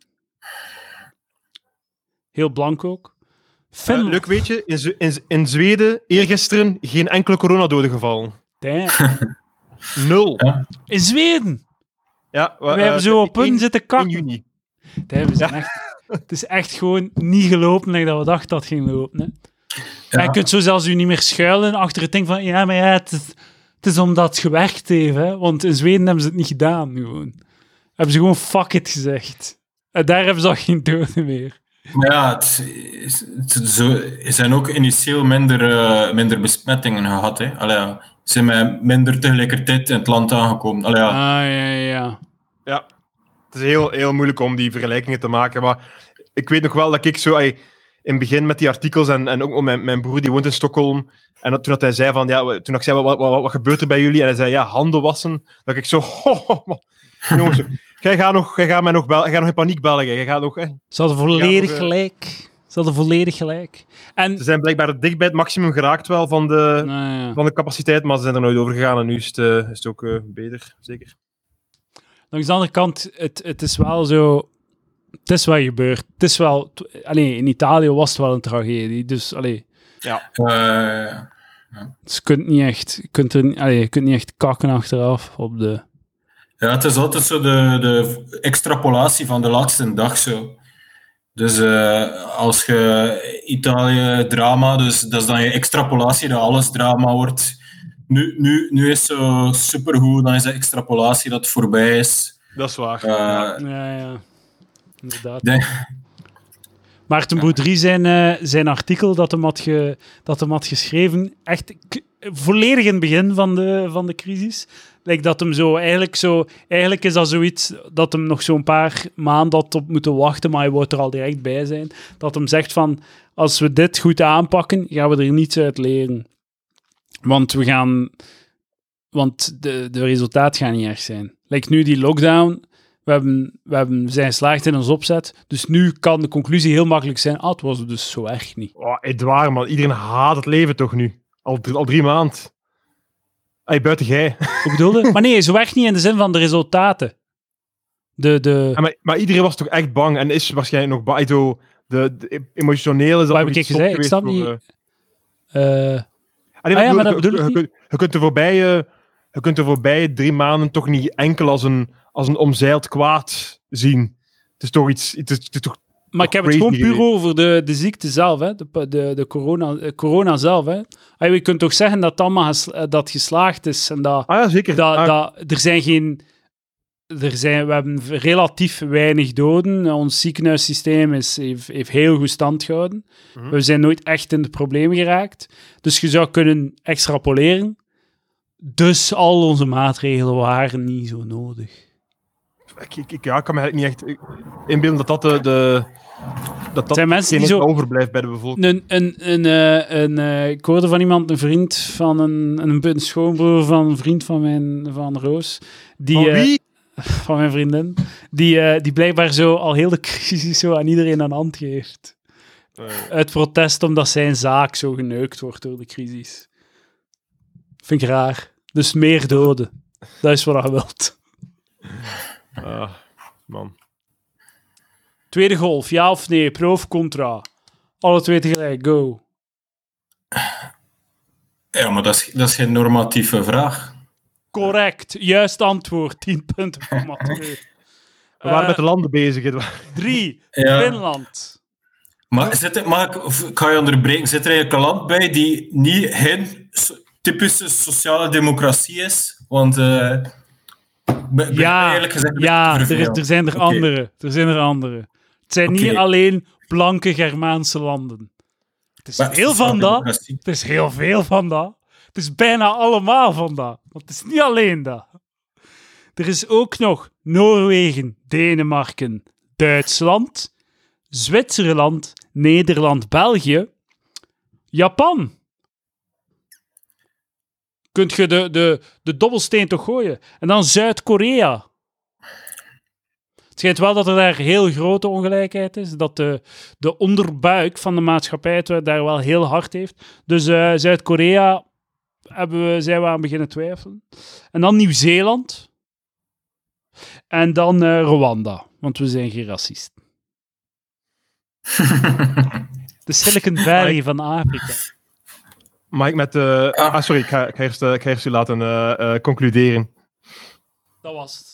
Heel blank ook. Finland. Leuk weet je, in Zweden eergisteren geen enkele coronadode gevallen. Damn. 0. Ja. In Zweden. Ja, We hebben zo op hun zitten kakken. 1 juni. Het is echt gewoon niet gelopen dat we dachten dat het ging lopen. Hè. Ja. Je kunt zo zelfs u niet meer schuilen achter het ding van het is omdat het gewerkt heeft. Hè. Want in Zweden hebben ze het niet gedaan. Gewoon. Hebben ze gewoon fuck it gezegd. En daar hebben ze al geen doden meer. Maar ja, er zijn ook initieel minder besmettingen gehad. Hè. Ze zijn met minder tegelijkertijd in het land aangekomen. Ja. Ja, het is heel, heel moeilijk om die vergelijkingen te maken. Maar ik weet nog wel dat ik zo in het begin met die artikels en ook mijn broer die woont in Stockholm. En toen hij zei van, toen ik zei, wat gebeurt er bij jullie? En hij zei, handen wassen. Dat ik zo, jongens, jij gaat nog in paniek bellen. Jij gaat nog, Ze hadden volledig gelijk. En ze zijn blijkbaar dicht bij het maximum geraakt wel van de capaciteit, maar ze zijn er nooit over gegaan en nu is het ook beter, zeker. Langs de andere kant, het is wel zo... Het is wel gebeurd. Het is wel... in Italië was het wel een tragedie, dus... Ja. Dus je kunt niet echt... Je kunt niet echt kakken achteraf op de... Ja, het is altijd zo de extrapolatie van de laatste dag zo. Dus als je Italië drama, dus dat is dan je extrapolatie dat alles drama wordt. Nu is het zo supergoed, dan is de extrapolatie dat het voorbij is. Dat is waar. Ja. Inderdaad. Maarten Boudry zijn artikel dat hem had geschreven, echt volledig in het begin van de crisis. Like dat hem eigenlijk is dat zoiets dat hem nog zo'n paar maanden had op moeten wachten, maar hij wou er al direct bij zijn. Dat hem zegt van, als we dit goed aanpakken, gaan we er niets uit leren. Want de resultaat gaat niet erg zijn. Like nu die lockdown, we zijn geslaagd in ons opzet, dus nu kan de conclusie heel makkelijk zijn, het was dus zo erg niet. Oh, Edouard, man. Iedereen haat het leven toch nu? Al 3 maanden. Hey, buiten jij. Hoe bedoelde? Maar nee, zo erg niet in de zin van de resultaten. Ja, maar iedereen was toch echt bang en is waarschijnlijk nog bang. De emotionele... Wat heb ik gezegd? Ik snap niet... maar dat bedoel ik niet. Je kunt de voorbije 3 maanden toch niet enkel als een omzeild kwaad zien. Het is toch iets... Het is toch maar ik heb het gewoon puur over de ziekte zelf, hè? De corona zelf. Hè? Je kunt toch zeggen dat het allemaal dat geslaagd is. En dat, ja, zeker. We hebben relatief weinig doden. Ons ziekenhuissysteem heeft heel goed stand gehouden. Mm-hmm. We zijn nooit echt in de problemen geraakt. Dus je zou kunnen extrapoleren. Dus al onze maatregelen waren niet zo nodig. Ik kan me eigenlijk niet echt inbeelden dat zijn mensen die zo overblijft bij de bevolking. Ik hoorde van iemand, een vriend van een schoonbroer van een vriend van Roos. Van wie? Van mijn vriendin. Die blijkbaar zo al heel de crisis zo aan iedereen aan de hand geeft. Uit protest omdat zijn zaak zo geneukt wordt door de crisis. Vind ik raar. Dus meer doden. Dat is wat je wilt. Man. Tweede golf, ja of nee? Pro of contra? Alle 2 tegelijk, go. Ja, maar dat is geen normatieve vraag. Correct, juist antwoord. 10 punten voor Mathieu. We waren met de landen bezig. 3, Finland. Maar ik ga je onderbreken. Zit er eigenlijk een land bij die niet geen typische sociale democratie is? Want... er zijn er andere. Er zijn er andere. Het zijn niet alleen blanke Germaanse landen. Het is heel van dat. Het is heel veel van dat. Het is bijna allemaal van dat. Want het is niet alleen dat. Er is ook nog Noorwegen, Denemarken, Duitsland, Zwitserland, Nederland, België, Japan. Kunt je de dobbelsteen toch gooien? En dan Zuid-Korea. Het schijnt wel dat er daar heel grote ongelijkheid is. Dat de onderbuik van de maatschappij het daar wel heel hard heeft. Dus Zuid-Korea zijn we aan beginnen twijfelen. En dan Nieuw-Zeeland. En dan Rwanda. Want we zijn geen racist. De Silicon Valley van Afrika. Mag ik met... sorry, ik ga eerst u laten concluderen. Dat was het.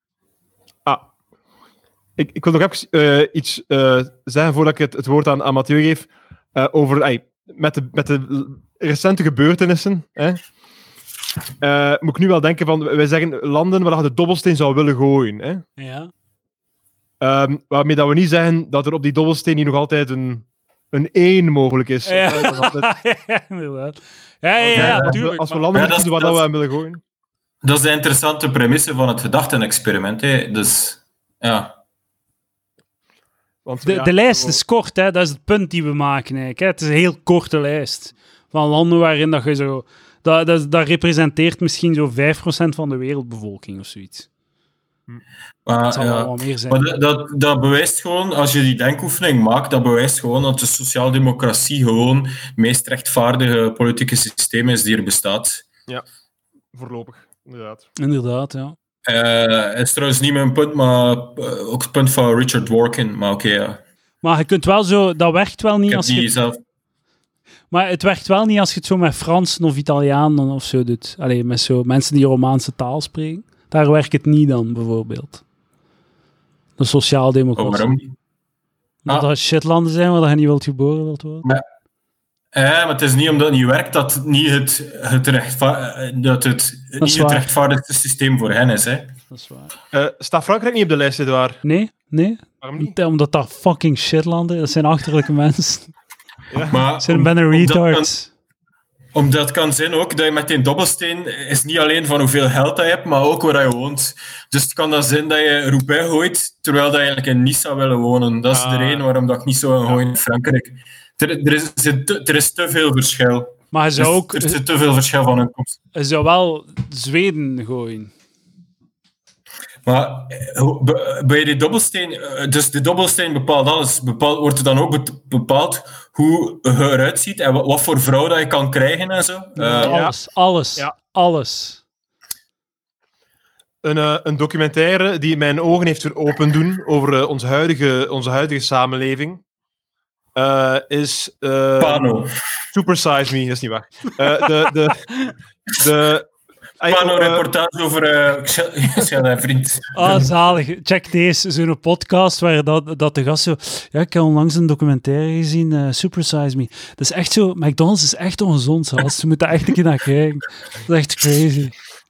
Ik wil nog even iets zeggen voordat ik het woord aan Mathieu geef. Over met de recente gebeurtenissen. Moet ik nu wel denken van... Wij zeggen landen waar je de dobbelsteen zou willen gooien. Hè? Ja. Waarmee dat we niet zeggen dat er op die dobbelsteen hier nog altijd een 1 mogelijk is. Ja, inderdaad. Ja, tuurlijk. Als we landen kiezen waar we aan willen gooien. Dat is de interessante premisse van het gedachten-experiment. Hè. Dus, ja. Want, de lijst is kort, hè. Dat is het punt die we maken eigenlijk. Hè. Het is een heel korte lijst van landen waarin dat je zo... Dat representeert misschien zo 5% van de wereldbevolking of zoiets. Dat zal wel meer zijn. Maar dat bewijst gewoon, als je die denkoefening maakt, dat bewijst gewoon dat de sociaaldemocratie gewoon het meest rechtvaardige politieke systeem is die er bestaat. Ja, voorlopig, inderdaad. Inderdaad, ja. Het is trouwens niet mijn punt, maar ook het punt van Richard Dworkin, maar oké, ja. Maar je kunt wel zo... Dat werkt wel niet als je... zelf... Maar het werkt wel niet als je het zo met Fransen of Italianen of zo doet. Allee, met zo mensen die Romaanse taal spreken. Daar werkt het niet dan, bijvoorbeeld. De sociaaldemocratie. Waarom? Dat dat shitlanden zijn waar je niet wilt geboren wilt worden. Maar het is niet omdat het niet werkt dat het niet het rechtvaardigste systeem voor hen is. Hè. Dat is waar. Staat Frankrijk niet op de lijst, Edouard? Nee. Waarom niet? Omdat dat fucking shitlanden, dat zijn achterlijke mensen. Ja. Maar Zijn bijna retards. Omdat het kan zijn ook dat je met die dobbelsteen is niet alleen van hoeveel geld dat je hebt, maar ook waar je woont. Dus het kan dan zijn dat je Roubaix gooit, terwijl dat je eigenlijk in Nice zou willen wonen. Dat is de reden waarom dat ik niet zo wil gooien in Frankrijk. Er is te veel verschil. Maar je zou ook... Er zit te veel verschil van inkomsten. Je zou wel Zweden gooien. Maar bij die dobbelsteen... Dus de dobbelsteen bepaalt alles. Wordt er dan ook bepaald hoe je eruit ziet en wat voor vrouw dat je kan krijgen en zo? Alles. Ja. Alles. Een documentaire die mijn ogen heeft weer open doen over onze huidige samenleving is... Pano. Super Size Me, dat is niet waar. Pano-reportage over Xel vriend. Zalig. Check deze, zo'n podcast waar dat de gast zo... Ja, ik heb onlangs een documentaire gezien, Super Size Me. Dat is echt zo... McDonald's is echt ongezond, zelfs. Je moet daar echt een keer naar kijken. Dat is echt crazy.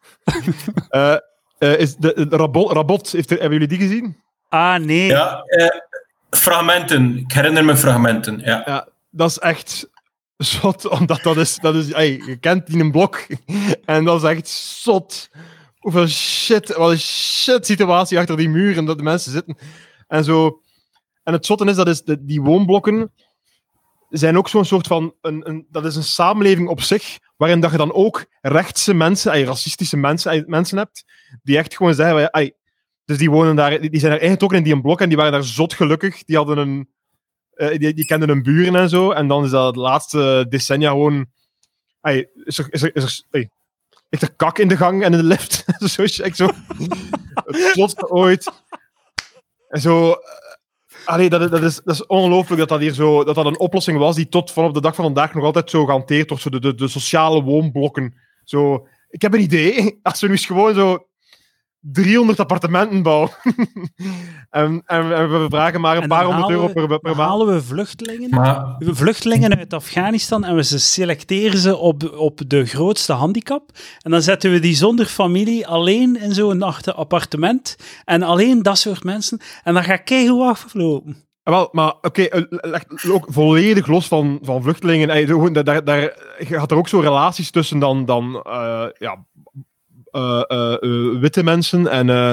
Is de Rabot, hebben jullie die gezien? Nee. Ja, fragmenten. Ik herinner me fragmenten, ja. Dat is echt zot, omdat dat is je kent die een blok en dat is echt zot. Hoeveel shit, wat een shit situatie achter die muren dat de mensen zitten. En het zotte is, die woonblokken zijn ook zo'n soort van, dat is een samenleving op zich, waarin dat je dan ook rechtse mensen, racistische mensen hebt, die echt gewoon zeggen, dus die wonen daar, die zijn daar ingetrokken in die blok en die waren daar zot gelukkig. Die hadden die kenden hun buren en zo. En dan is dat de laatste decennia gewoon... Ligt er kak in de gang en in de lift? Zo. Het zotste ooit. En zo... Dat is ongelooflijk dat hier zo... Dat een oplossing was die tot vanaf de dag van vandaag nog altijd zo gehanteerd wordt. Zo de sociale woonblokken. Zo... Ik heb een idee. Als we nu eens gewoon zo 300 appartementen bouwen. en we vragen maar een paar honderd euro per maand. Halen we vluchtelingen uit Afghanistan en we selecteren ze op de grootste handicap. En dan zetten we die zonder familie alleen in zo'n appartement. En alleen dat soort mensen. En dan ga ik keigoed aflopen. Wel, maar oké, ook volledig los van vluchtelingen. Daar gaat er ook zo relaties tussen dan witte mensen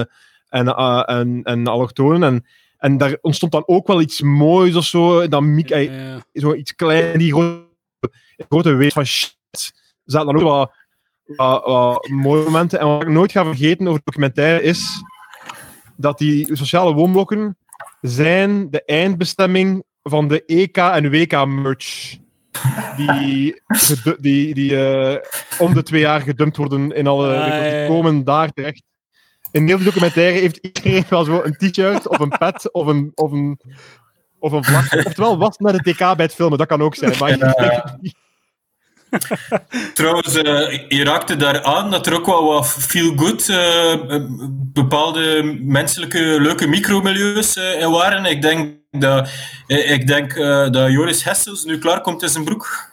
en allochtonen. En daar ontstond dan ook wel iets moois of zo. Dan zo iets klein, die grote wees van shit. Er zaten dan ook wat mooie momenten. En wat ik nooit ga vergeten over de documentaire is dat die sociale woonblokken zijn de eindbestemming van de EK en WK merch. Die om de 2 jaar gedumpt worden in alle... Die komen daar terecht. In heel de documentaire heeft iedereen wel zo een t-shirt of een pet of een vlag. Oftewel was naar de TK bij het filmen, dat kan ook zijn. Maar Trouwens, je raakte daar aan dat er ook wel wat feel-good bepaalde menselijke leuke micromilieus in waren. Ik denk dat Joris Hessels nu klaar komt in zijn broek.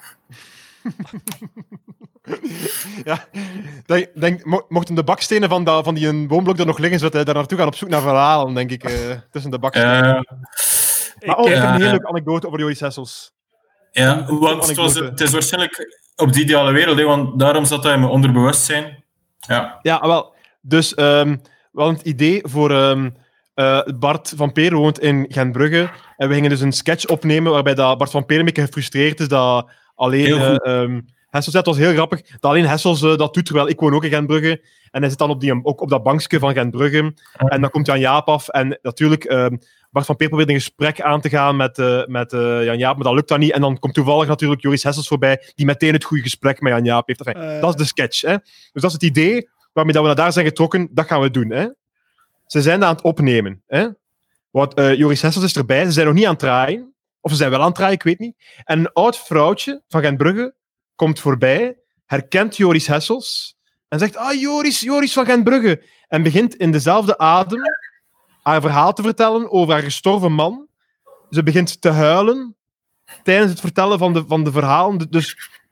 Ja, mochten de bakstenen van die een woonblok er nog liggen, zou hij daar naartoe gaan op zoek naar verhalen, denk ik, tussen de bakstenen. Maar ik heb een hele leuke anekdote over Joris Hessels. Ja, want het is waarschijnlijk op de ideale wereld, want daarom zat hij in mijn onderbewustzijn. Ja, wel. Dus wel het idee voor Bart van Peer woont in Gentbrugge en we gingen dus een sketch opnemen waarbij dat Bart van Peer een beetje gefrustreerd is dat alleen Hessels, dat was heel grappig, dat alleen Hessels dat doet, terwijl ik woon ook in Gentbrugge en hij zit dan ook op dat bankje van Gentbrugge en dan komt Jan Jaap af en natuurlijk Bart van Peer probeert een gesprek aan te gaan met Jan Jaap, maar dat lukt dan niet en dan komt toevallig natuurlijk Joris Hessels voorbij die meteen het goede gesprek met Jan Jaap heeft. Dat is de sketch. Hè? Dus dat is het idee waarmee dat we naar daar zijn getrokken, dat gaan we doen. Hè? Ze zijn dat aan het opnemen. Hè? Joris Hessels is erbij, ze zijn nog niet aan het draaien. Of ze zijn wel aan het draaien, ik weet niet. En een oud vrouwtje van Gentbrugge komt voorbij, herkent Joris Hessels en zegt, Joris van Gentbrugge. En begint in dezelfde adem haar verhaal te vertellen over haar gestorven man. ze begint te huilen tijdens het vertellen van de verhalen. Dus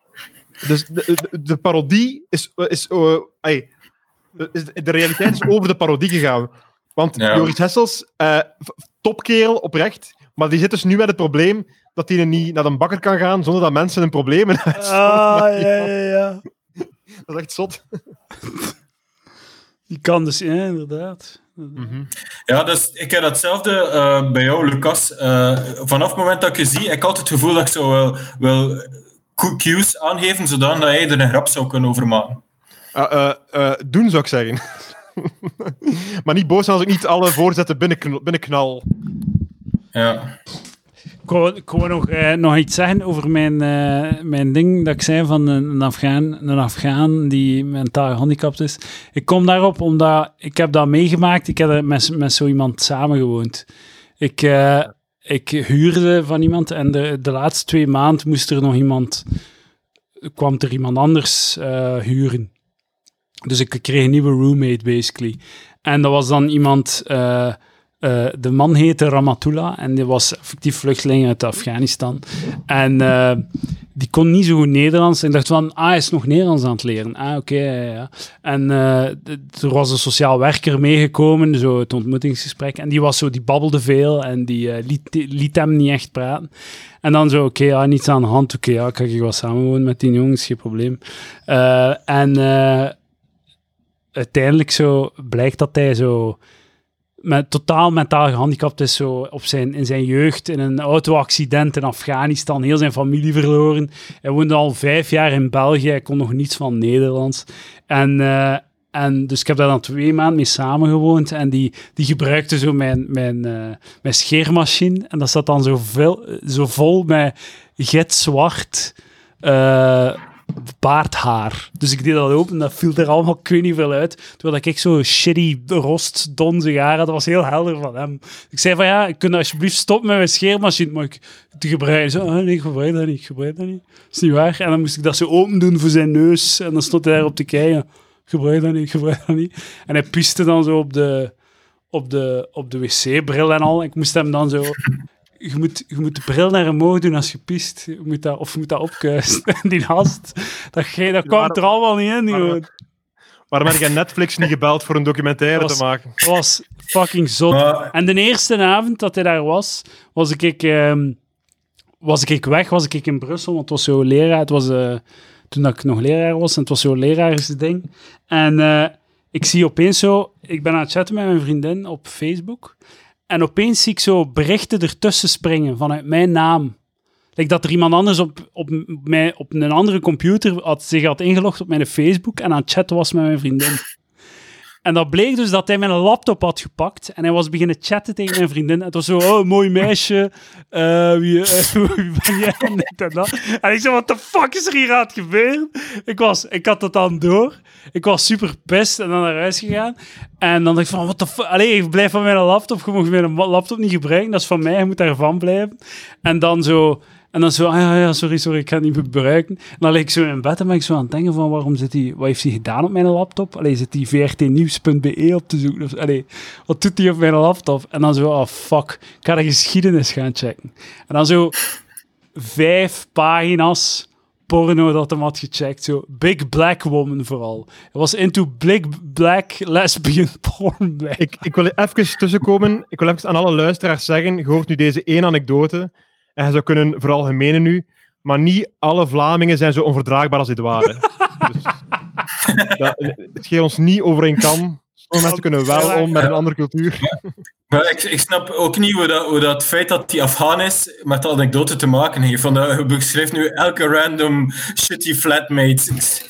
de parodie is de realiteit is over de parodie gegaan. Want Joris Hessels, topkerel, oprecht, maar die zit dus nu met het probleem dat hij niet naar een bakker kan gaan zonder dat mensen een probleem hebben. Ja. Dat is echt zot. Die kan dus, ja, inderdaad. Mm-hmm. Ja, dus ik heb datzelfde bij jou, Lucas. Vanaf het moment dat ik je zie, heb ik altijd het gevoel dat ik zo wil cues aangeven, zodat jij er een grap zou kunnen over maken. Doen, zou ik zeggen. Maar niet boos als ik niet alle voorzetten binnenknal. Ja. Ik wou nog iets zeggen over mijn ding dat ik zei van een Afghaan die mentaal gehandicapt is. Ik kom daarop omdat ik heb dat meegemaakt. Ik heb er met zo iemand samengewoond. Ik huurde van iemand en de laatste 2 maanden kwam er iemand anders huren. Dus ik kreeg een nieuwe roommate, basically. En dat was dan iemand... de man heette Ramatullah en die was effectief vluchteling uit Afghanistan. En die kon niet zo goed Nederlands. En ik dacht van, hij is nog Nederlands aan het leren. Oké. Ja. En er was een sociaal werker meegekomen, zo het ontmoetingsgesprek. En die babbelde veel en die liet hem niet echt praten. En dan zo, niets aan de hand. Ik ga wel samenwonen met die jongens, geen probleem. Uiteindelijk zo blijkt dat hij zo... totaal mentaal gehandicapt is, zo in zijn jeugd in een auto-accident in Afghanistan, heel zijn familie verloren. Hij woonde al 5 jaar in België, hij kon nog niets van Nederlands. En dus ik heb daar dan 2 maanden mee samengewoond en die gebruikte zo mijn scheermachine en dat zat dan zo vol met gitzwart baardhaar. Dus ik deed dat open, dat viel er allemaal ik weet niet veel uit. Terwijl ik zo shitty rost donzig haar had, dat was heel helder van hem. Ik zei van kun je alsjeblieft stoppen met mijn scheermachine, maar ik te gebruiken. Zo, nee, ik gebruik dat niet. Dat is niet waar. En dan moest ik dat zo open doen voor zijn neus en dan stond hij daarop te kijken. Gebruik dat niet. En hij piste dan zo op de wc-bril en al. Ik moest hem dan zo... Je moet de bril naar omhoog doen als je piest. Je moet dat opkuisen. Die gast, dat kwam er allemaal niet in. Waarom heb ik aan Netflix niet gebeld voor een documentaire te maken? Dat was fucking zot. En de eerste avond dat hij daar was ik weg, was ik in Brussel, want het was zo leraar. Het was toen dat ik nog leraar was, en het was zo'n leraarsding. En ik zie opeens zo... Ik ben aan het chatten met mijn vriendin op Facebook... En opeens zie ik zo berichten ertussen springen vanuit mijn naam. Like dat er iemand anders op een andere computer zich had ingelogd op mijn Facebook en aan het chatten was met mijn vriendin. En dat bleek dus dat hij mijn laptop had gepakt en hij was beginnen chatten tegen mijn vriendin. Het was zo, mooi meisje, wie ben jij? En dat. En ik zei, what the fuck is er hier aan het gebeuren? Ik had dat dan door. Ik was super pissed en dan naar huis gegaan. En dan dacht ik van, what the fuck? Allee, blijf van mijn laptop. Je mag mijn laptop niet gebruiken. Dat is van mij, je moet daarvan blijven. En dan zo, sorry, ik ga het niet gebruiken. En dan lig ik zo in bed en ben ik zo aan het denken van, wat heeft hij gedaan op mijn laptop? Allee, zit hij vrtnieuws.be op te zoeken? Wat doet hij op mijn laptop? En dan zo, fuck, ik ga de geschiedenis gaan checken. En dan zo 5 pagina's porno dat hem had gecheckt. Zo Big Black Woman vooral. Hij was into big black lesbian porn. Ik wil even tussenkomen. Ik wil even aan alle luisteraars zeggen, je hoort nu deze 1 anekdote en je zou kunnen veralgemenen nu, maar niet alle Vlamingen zijn zo onverdraagbaar als dit waren. Dus, het geeft ons niet over een kam. Sommige mensen kunnen wel om met een andere cultuur. Maar ik snap ook niet hoe dat feit dat die Afghaan is met de anekdote te maken heeft. Want je beschrijft nu elke random shitty flatmate.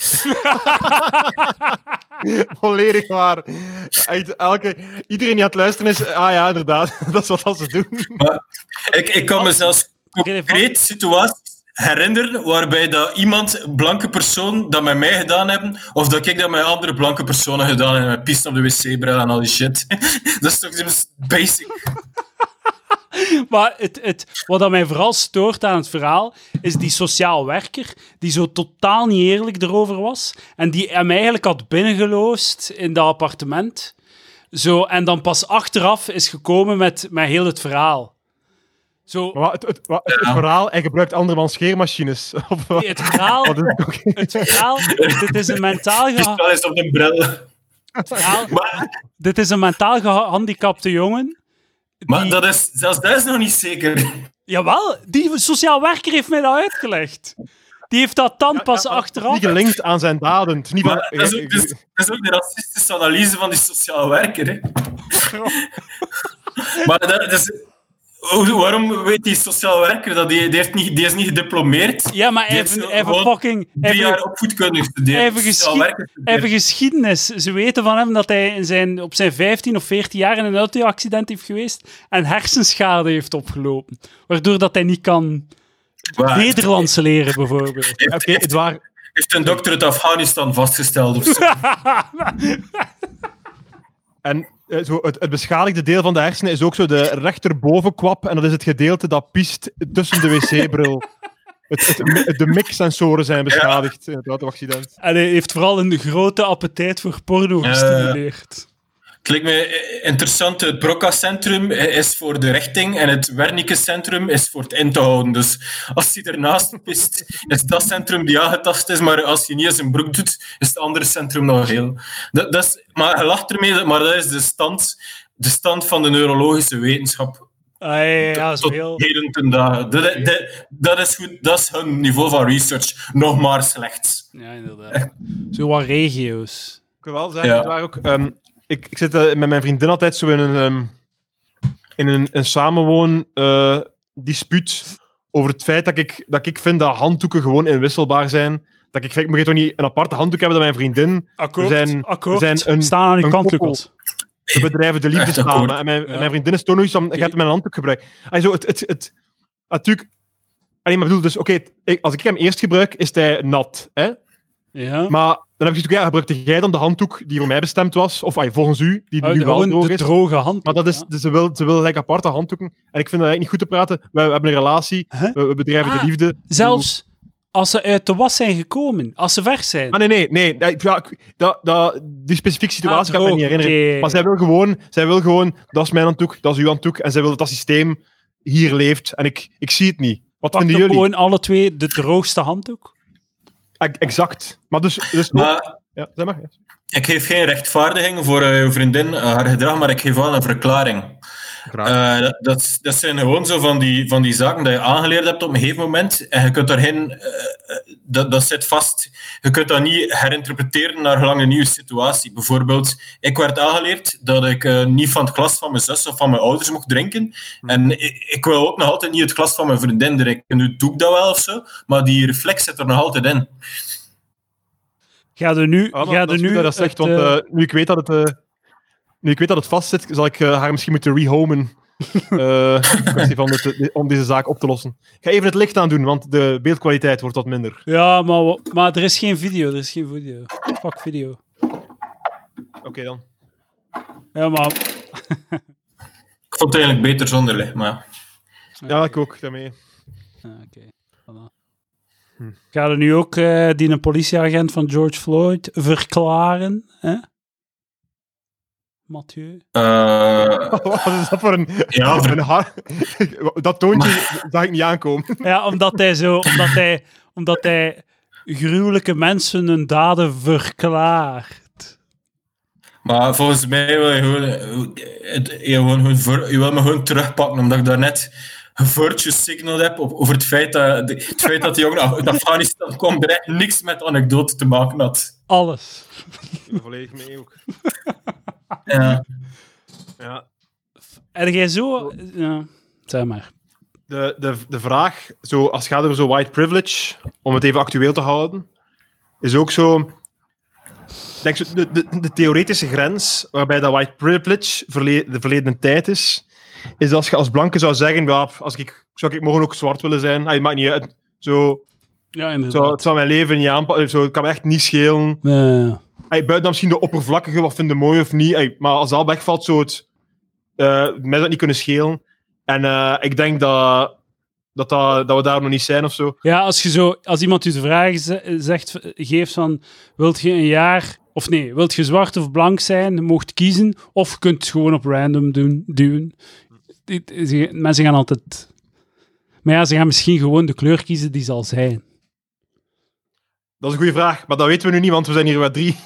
Volledig waar. Iedereen die aan het luisteren is, ja, inderdaad, dat is wat ze doen. Maar ik kan me zelfs concreet situaties herinneren waarbij dat iemand, blanke persoon, dat met mij gedaan hebben, of dat ik dat met andere blanke personen gedaan heb, met pisten op de wc-bril en al die shit. Dat is toch just basic. Maar wat dat mij vooral stoort aan het verhaal, is die sociaal werker, die zo totaal niet eerlijk erover was, en die hem eigenlijk had binnengeloosd in dat appartement. Zo, en dan pas achteraf is gekomen met heel het verhaal. Zo, Maar het verhaal, hij gebruikt andermans scheermachines. nee, het verhaal, dit is een mentaal Pistool is op de bril. dit is een mentaal gehandicapte jongen. Maar zelfs dat is nog niet zeker. Jawel, die sociaal werker heeft mij dat uitgelegd. Die heeft dat dan pas achteraf... Niet gelinkt aan zijn daden. Het is niet van, Maar dat is ook de racistische analyse van die sociaal werker. Hè. Maar dat is... Waarom weet die sociaal werker dat? Die is niet gediplomeerd. Ja, maar drie jaar opvoedkunde gestudeerd. Even geschiedenis. Ze weten van hem dat hij op zijn 15 of 14 jaar in een auto-accident heeft geweest en hersenschade heeft opgelopen. Waardoor dat hij niet kan Nederlands leren, bijvoorbeeld. Heeft een dokter uit Afghanistan vastgesteld of zo? En het beschadigde deel van de hersenen is ook zo de rechterbovenkwap. En dat is het gedeelte dat piest tussen de wc-bril. De mix-sensoren zijn beschadigd in het auto-accident. En hij heeft vooral een grote appetijt voor porno gestimuleerd. Het lijkt me interessant. Het Broca-centrum is voor de richting en het Wernicke-centrum is voor het in te houden. Dus als hij ernaast pist, is dat centrum die aangetast is, maar als hij niet in zijn broek doet, is het andere centrum nog heel. Maar je lacht ermee, maar dat is de stand van de neurologische wetenschap. Ja, tot heden ten dagen. Dat is goed, dat is hun niveau van research. Nog maar slechts. Ja, inderdaad. Zo wat regio's. Ik wil wel zeggen, het waren ook... Ik zit met mijn vriendin altijd zo in een samenwoon-dispuut over het feit dat ik vind dat handdoeken gewoon inwisselbaar zijn. Dat ik moet toch niet een aparte handdoek hebben dan mijn vriendin. Akkoord. We zijn staan aan uw kant, Lucas. We bedrijven de liefde samen. En mijn vriendin is toch nog iets van, je hebt mijn handdoek gebruikt. Natuurlijk... maar bedoel, dus oké, als ik hem eerst gebruik, is hij nat. Hè? Ja. Maar dan heb ik gezegd, gebruikte jij dan de handdoek die voor mij bestemd was? Of volgens u, die nu wel droog is? De droge handdoek. Maar dat is, dus ze wil gelijk aparte handdoeken. En ik vind dat eigenlijk niet goed te praten. We hebben een relatie, we bedrijven de liefde. Zelfs als ze uit de was zijn gekomen, als ze vers zijn. Nee. Die specifieke situatie kan ik me niet herinneren. Okay. Maar zij wil gewoon, dat is mijn handdoek, dat is uw handdoek. En zij wil dat dat systeem hier leeft. En ik zie het niet. Wat vinden jullie? Gewoon alle twee de droogste handdoek? Exact. Maar ja, zeg maar. Ik geef geen rechtvaardiging voor uw vriendin, haar gedrag, maar ik geef wel een verklaring. Dat zijn gewoon zo van die zaken dat je aangeleerd hebt op een gegeven moment en je kunt daarheen... Dat zit vast. Je kunt dat niet herinterpreteren naar gelang een nieuwe situatie. Bijvoorbeeld, ik werd aangeleerd dat ik niet van het glas van mijn zus of van mijn ouders mocht drinken. En ik wil ook nog altijd niet het glas van mijn vriendin drinken. Nu doe ik dat wel of zo, maar die reflex zit er nog altijd in. Ga er nu... Nu ik weet dat het vast zit, zal ik haar misschien moeten rehomen. Om deze zaak op te lossen. Ik ga even het licht aan doen, want de beeldkwaliteit wordt wat minder. Ja, maar er is geen video. Fuck video. Oké, dan. Ja, maar... Ik vond het eigenlijk beter zonder licht, maar... Ja, ik ook, daarmee. Oké. Voilà. Ga er nu ook die een politieagent van George Floyd verklaren, hè? Mathieu? Wat is dat voor een... Ja, dat toontje zag ik niet aankomen. Ja, omdat hij gruwelijke mensen hun daden verklaart. Maar volgens mij wil je wil me gewoon terugpakken, omdat ik daarnet een virtue signal heb over het feit dat die jongen uit Afghanistan kwam, er echt niks met anekdote te maken had. Alles. Volledig mee ook. Ja. En jij zo... Ja, zeg maar. De vraag, zo, als het gaat over zo white privilege, om het even actueel te houden, is ook zo... Ik denk zo de theoretische grens waarbij dat white privilege de verleden tijd is als je als blanke zou zeggen, ja, zou ik morgen ook zwart willen zijn? Het maakt niet uit. Zo, ja, inderdaad. Het zou mijn leven niet aanpassen. Het kan me echt niet schelen. Ja. Buiten dan misschien de oppervlakkige, wat vinden mooi of niet. Maar als dat wegvalt, zou het mij dat niet kunnen schelen. En ik denk dat we daar nog niet zijn of zo. Ja, als iemand u de vraag geeft van, wilt je een jaar... Of nee, wilt je zwart of blank zijn, je mocht kiezen, of je kunt het gewoon op random duwen. Mensen gaan altijd Maar ja, ze gaan misschien gewoon de kleur kiezen die zal zijn. Dat is een goede vraag, maar dat weten we nu niet, want we zijn hier met 3.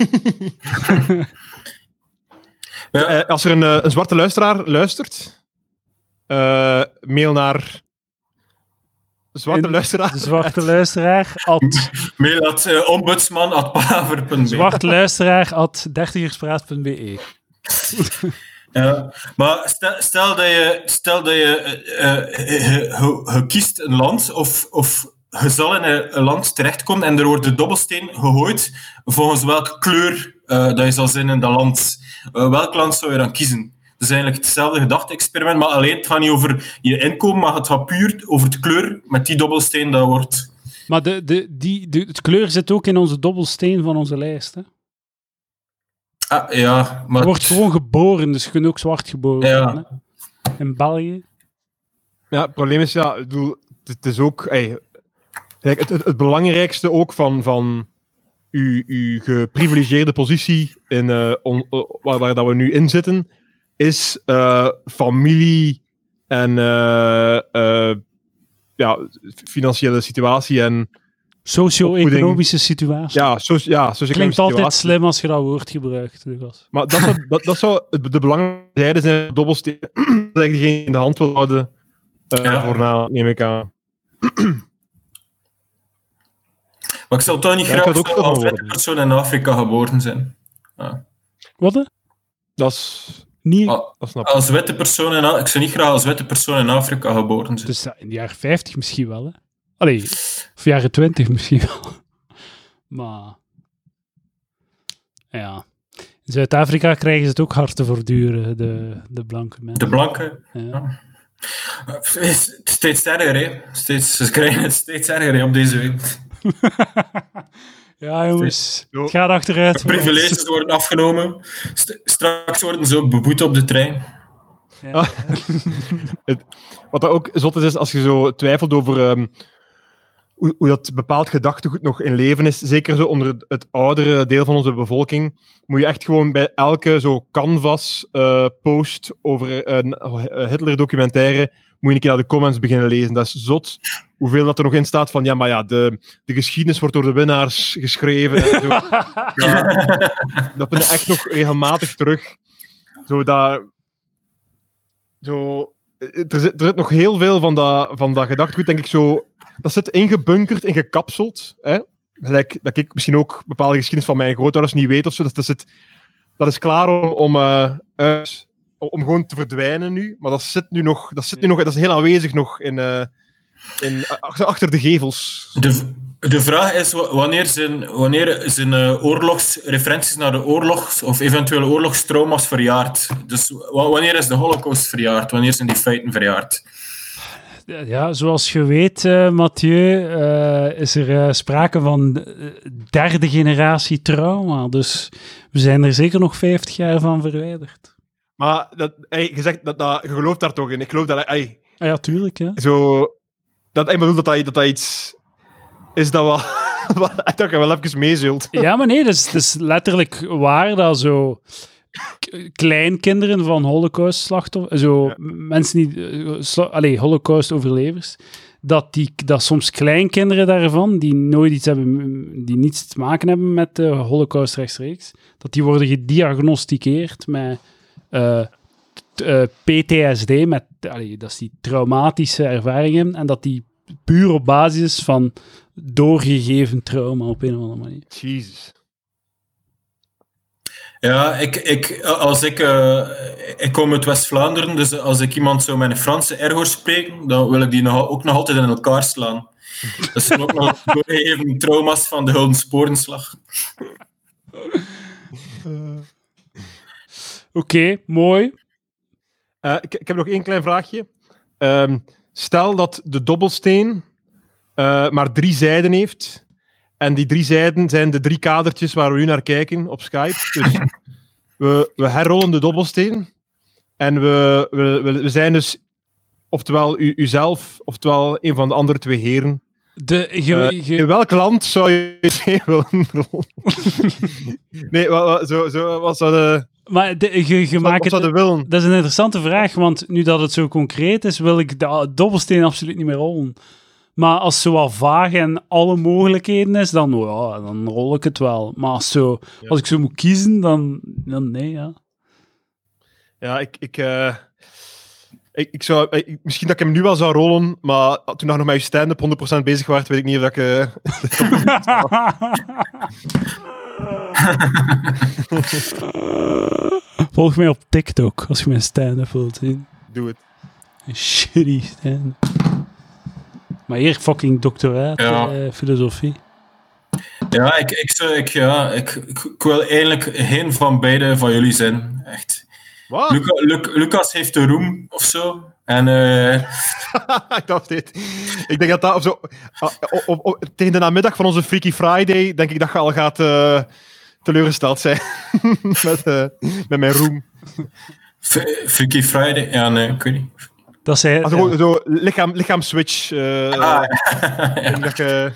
Ja. Als er een zwarte luisteraar luistert, mail naar... Zwarte luisteraar. De zwarte luisteraar Mail at ombudsman@palaver.be. zwarte luisteraar @dertigerspraat.be. Ja, maar stel dat je kiest een land of je zal in een land terechtkomen en er wordt de dobbelsteen gegooid volgens welke kleur dat je zal zijn in dat land. Welk land zou je dan kiezen? Dat is eigenlijk hetzelfde gedachte-experiment, maar alleen het gaat niet over je inkomen, maar het gaat puur over de kleur met die dobbelsteen dat wordt. Maar het kleur zit ook in onze dobbelsteen van onze lijst, hè? Ah, ja, maar... Je wordt gewoon geboren, dus je kunt ook zwart geboren worden. Ja. Hè? In België. Ja, het probleem is, ja, ik bedoel, het is ook... Kijk, het belangrijkste ook van uw geprivilegeerde positie in, waar dat we nu in zitten, is familie en financiële situatie en... Socio-economische situatie. Ja, socio-economische Klinkt altijd situatie. slim als je dat woord gebruikt, Lucas. Maar dat zou de belangrijke zijde zijn, de dobbelsteen, dat ik diegene in de hand wil houden voorna, neem ik aan. Maar ik zou toch niet Ja, ik graag had ook als wel witte persoon in Afrika geboren zijn. Ja. Wat? Hè? Dat is... Niet... Dat snap ik. Als witte persoon ik zou niet graag als witte persoon in Afrika geboren zijn. Dus in de jaren 50 misschien wel, hè? Allee, of jaren 20 misschien wel. Maar... Ja. In Zuid-Afrika krijgen ze het ook hard te verduren, de blanke mensen. De blanke? Ja. Steeds erger, hè. Ze krijgen het steeds erger hè, op deze week. Ja, jongens. Het gaat achteruit. De privileges worden afgenomen. Straks worden ze ook beboet op de trein. Ja. Wat dat ook zot is, als je zo twijfelt over hoe dat bepaald gedachtegoed nog in leven is, zeker zo onder het oudere deel van onze bevolking, moet je echt gewoon bij elke zo canvas-post over een Hitler-documentaire, moet je een keer naar de comments beginnen lezen. Dat is zot. Hoeveel dat er nog in staat van, ja, maar ja, de geschiedenis wordt door de winnaars geschreven. En zo. Dat vind ik echt nog regelmatig terug. Er zit nog heel veel van dat gedachtegoed, denk ik, zo... Dat zit ingebunkerd, ingekapseld. Hè? Gelijk dat ik misschien ook bepaalde geschiedenis van mijn grootouders niet weet of zo. Dat is klaar om gewoon te verdwijnen nu. Maar dat zit nu nog, dat is heel aanwezig nog achter de gevels. De vraag is wanneer zijn oorlogsreferenties naar de oorlogs of eventuele oorlogstrauma's verjaard. Dus wanneer is de Holocaust verjaard? Wanneer zijn die feiten verjaard? Ja, zoals je weet, Mathieu, is er sprake van derde generatie trauma. Dus we zijn er zeker nog 50 jaar van verwijderd. Maar je zegt je gelooft daar toch in? Ik geloof dat... Ja, tuurlijk, hè. Ik bedoel dat iets is dat wel... dat je wel even meezult. Ja, maar nee, dat is letterlijk waar dat zo... kleinkinderen van Holocaust-slachtoffers, mensen die Holocaust-overlevers, dat soms kleinkinderen daarvan, die nooit iets hebben, die niets te maken hebben met de Holocaust rechtstreeks, dat die worden gediagnosticeerd met PTSD, dat is die traumatische ervaringen, en dat die puur op basis van doorgegeven trauma op een of andere manier. Jezus. Ja, ik kom uit West-Vlaanderen, dus als ik iemand zo met een Franse R hoor spreken, dan wil ik die ook nog altijd in elkaar slaan. Dat zijn ook nog doorgegeven trauma's van de Gulden Sporenslag. Oké, mooi. Ik heb nog één klein vraagje. Stel dat de dobbelsteen maar 3 zijden heeft. En die 3 zijden zijn de 3 kadertjes waar we nu naar kijken op Skype. Dus we herrollen de dobbelsteen. En we zijn dus oftewel uzelf, oftewel een van de andere 2 heren. In welk land zou je willen rollen? Nee, wat zou de... Maar je maakt het... willen? Dat is een interessante vraag, want nu dat het zo concreet is, wil ik de dobbelsteen absoluut niet meer rollen. Maar als het zo wat vaag en alle mogelijkheden is, dan rol ik het wel. Maar als ik zo moet kiezen, dan nee, ja. Ja, ik zou... misschien dat ik hem nu wel zou rollen, maar toen nog met je stand-up 100% bezig was, weet ik niet of dat ik... Volg mij op TikTok als je mijn stand-up wilt zien. Doe het. Een shitty stand-up. Maar hier fucking doctoraat filosofie. Ja, ik wil eigenlijk geen van beide van jullie zijn. Echt. Wat? Lucas heeft de roem of zo. En ik dacht dit. Ik denk dat zo, tegen de namiddag van onze Freaky Friday denk ik dat je al gaat teleurgesteld zijn met mijn roem. Freaky Friday? Ja, nee, ik weet niet. Dat zei... Zo lichaam switch. Ik denk dat je...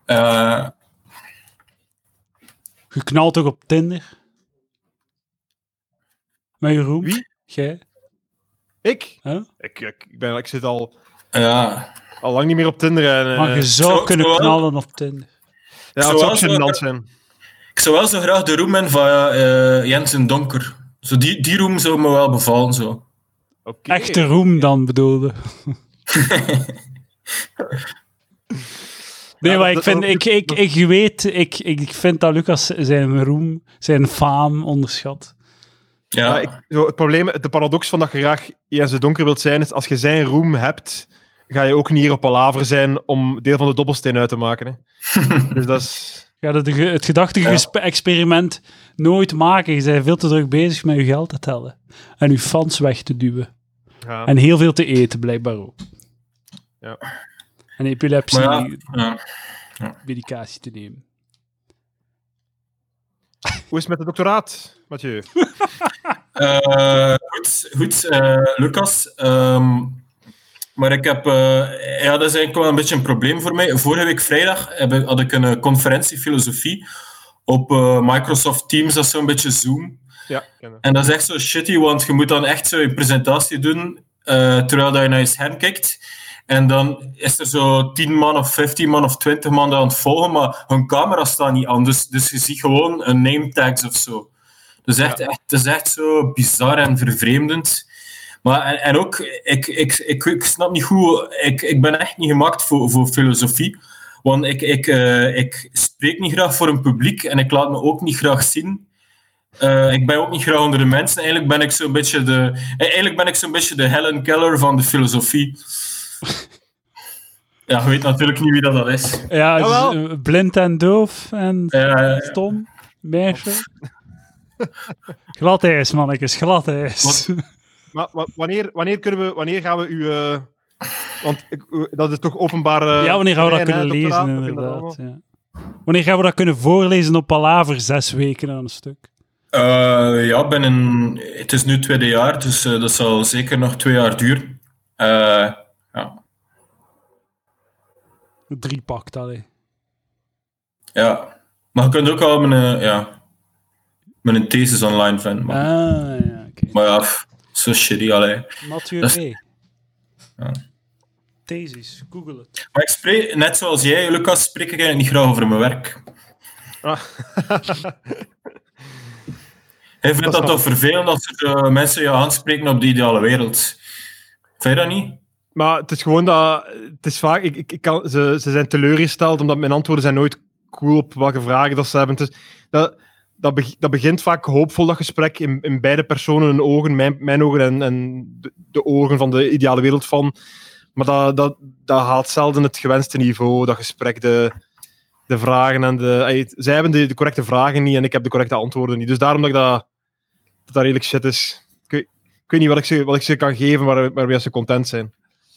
Je knalt toch op Tinder? Met je roem? Wie? Jij? Ik? Huh? Ik zit al lang niet meer op Tinder. Maar je zou kunnen knallen op Tinder. Ja, het zou gênant zijn. Ik zou wel zo graag de roem hebben van Jensen Donker. Zo die roem zou me wel bevallen. Zo. Okay. Echte roem dan bedoelde. Nee, maar ik vind dat Lucas zijn roem, zijn faam onderschat. Ja. Het probleem, de paradox van dat je graag Jensen Donker wilt zijn, is als je zijn roem hebt, ga je ook niet hier op Palaver zijn om deel van de dobbelsteen uit te maken. Hè. Dus dat is... Ja, het gedachtige experiment nooit maken. Je bent veel te druk bezig met je geld te tellen. En je fans weg te duwen. Ja. En heel veel te eten, blijkbaar ook. Ja. En epilepsie medicatie te nemen. Hoe is het met het doctoraat, Mathieu? Goed, Lucas. Maar ik heb... dat is eigenlijk wel een beetje een probleem voor mij. Vorige week vrijdag had ik een conferentie filosofie op Microsoft Teams, dat is zo'n beetje Zoom. Ja, en dat is echt zo shitty, want je moet dan echt zo je presentatie doen terwijl je naar je scherm kijkt. En dan is er zo 10 man of 15 man of 20 man dat aan het volgen, maar hun camera staat niet aan. Dus je ziet gewoon een name tags of zo. Dus het is echt zo bizar en vervreemdend. Maar en ook, ik snap niet goed, ik ben echt niet gemaakt voor filosofie. Want ik spreek niet graag voor een publiek en ik laat me ook niet graag zien. Ik ben ook niet graag onder de mensen. Eigenlijk ben ik zo'n beetje de Helen Keller van de filosofie. Ja, je weet natuurlijk niet wie dat is. Ja, blind en doof en stom, meisje. Glad ijs, mannetjes, glad ijs. Maar wanneer gaan we u... want dat is toch openbaar... wanneer gaan we dat kunnen lezen, inderdaad. Ja. Wanneer gaan we dat kunnen voorlezen op Palaver 6 weken aan een stuk? Het is nu 2e jaar, dus dat zal zeker nog 2 jaar duren. 3 pakt, allee. Ja, maar je kunt ook al mijn thesis online vinden. Okay. Maar ja, zo shitty, allee. Mathieu B. Ja. Thesis, google het. Maar ik spreek, net zoals jij, Lucas, spreek ik eigenlijk niet graag over mijn werk. Hij vindt dat toch vervelend als mensen je aanspreken op de ideale wereld. Vind je dat niet? Maar het is gewoon dat... Het is vaak... Ze zijn teleurgesteld, omdat mijn antwoorden zijn nooit cool op welke vragen dat ze hebben. Dus dat begint vaak hoopvol, dat gesprek, in beide personen hun ogen, mijn ogen en de ogen van de ideale wereld van. Maar dat haalt zelden het gewenste niveau, dat gesprek, de vragen en zij hebben de correcte vragen niet en ik heb de correcte antwoorden niet. Dus daarom dat redelijk shit is. Ik weet niet wat ik ze kan geven waarmee ze content zijn.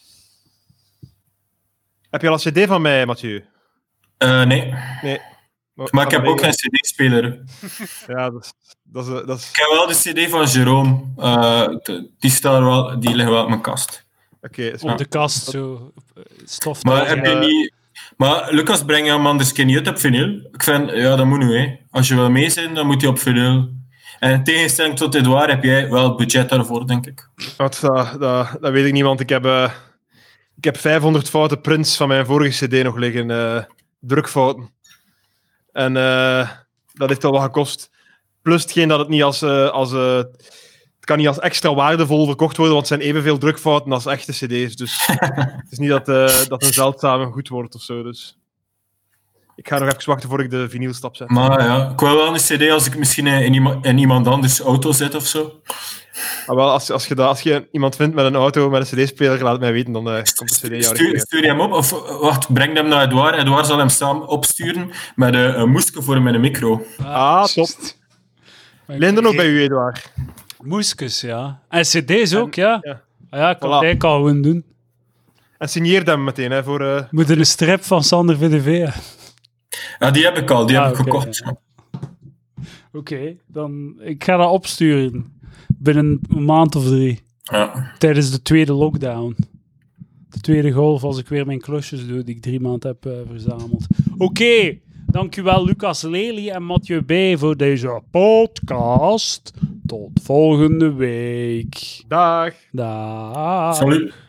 Heb je al een cd van mij, Mathieu? Nee. Maar ik heb ook geen cd-speler. Ja, dat is... Ik heb wel de cd van Jérôme. Die liggen wel op mijn kast. Okay, op de kast, zo stof. Maar heb je niet... Maar Lucas, breng je hem anders niet uit op vinyl? Ik vind, dat moet nu, hè. Als je wil mee zijn, dan moet je op vinyl. En in tegenstelling tot Edouard heb jij wel budget daarvoor, denk ik. Dat weet ik niet, want ik heb 500 foute prints van mijn vorige cd nog liggen. Drukfouten. En dat heeft al wat gekost. Plus hetgeen dat het niet het kan niet als extra waardevol verkocht worden, want het zijn evenveel drukfouten als echte cd's. Dus het is niet dat een zeldzame goed wordt of zo. Dus ik ga nog even wachten voor ik de vinylstap zet. Maar ja, ik wil wel een cd als ik misschien in iemand anders auto zit of zo. Maar wel, als je iemand vindt met een auto, met een cd-speler, laat het mij weten, dan komt de cd jou richting. Stuur je hem op, of wacht, breng hem naar Edouard. Edouard zal hem samen opsturen met een moesje voor mijn micro. Top. Leen er nog bij u, Edouard. Moesjes, ja. En cd's ook, ja. Ja, ik kan het eigenlijk al gewoon doen. En signeer hem meteen, hè, voor... Moet er een strip van Sander VDV. Ja, die heb ik al, die heb ik gekocht. Ja. Oké, dan ik ga dat opsturen. Binnen een maand of 3. Ja. Tijdens de tweede lockdown. De tweede golf, als ik weer mijn klusjes doe, die ik 3 maanden heb verzameld. Oké, dankjewel Lucas Lely en Mathieu B. voor deze podcast. Tot volgende week. Dag. Dag. Salut.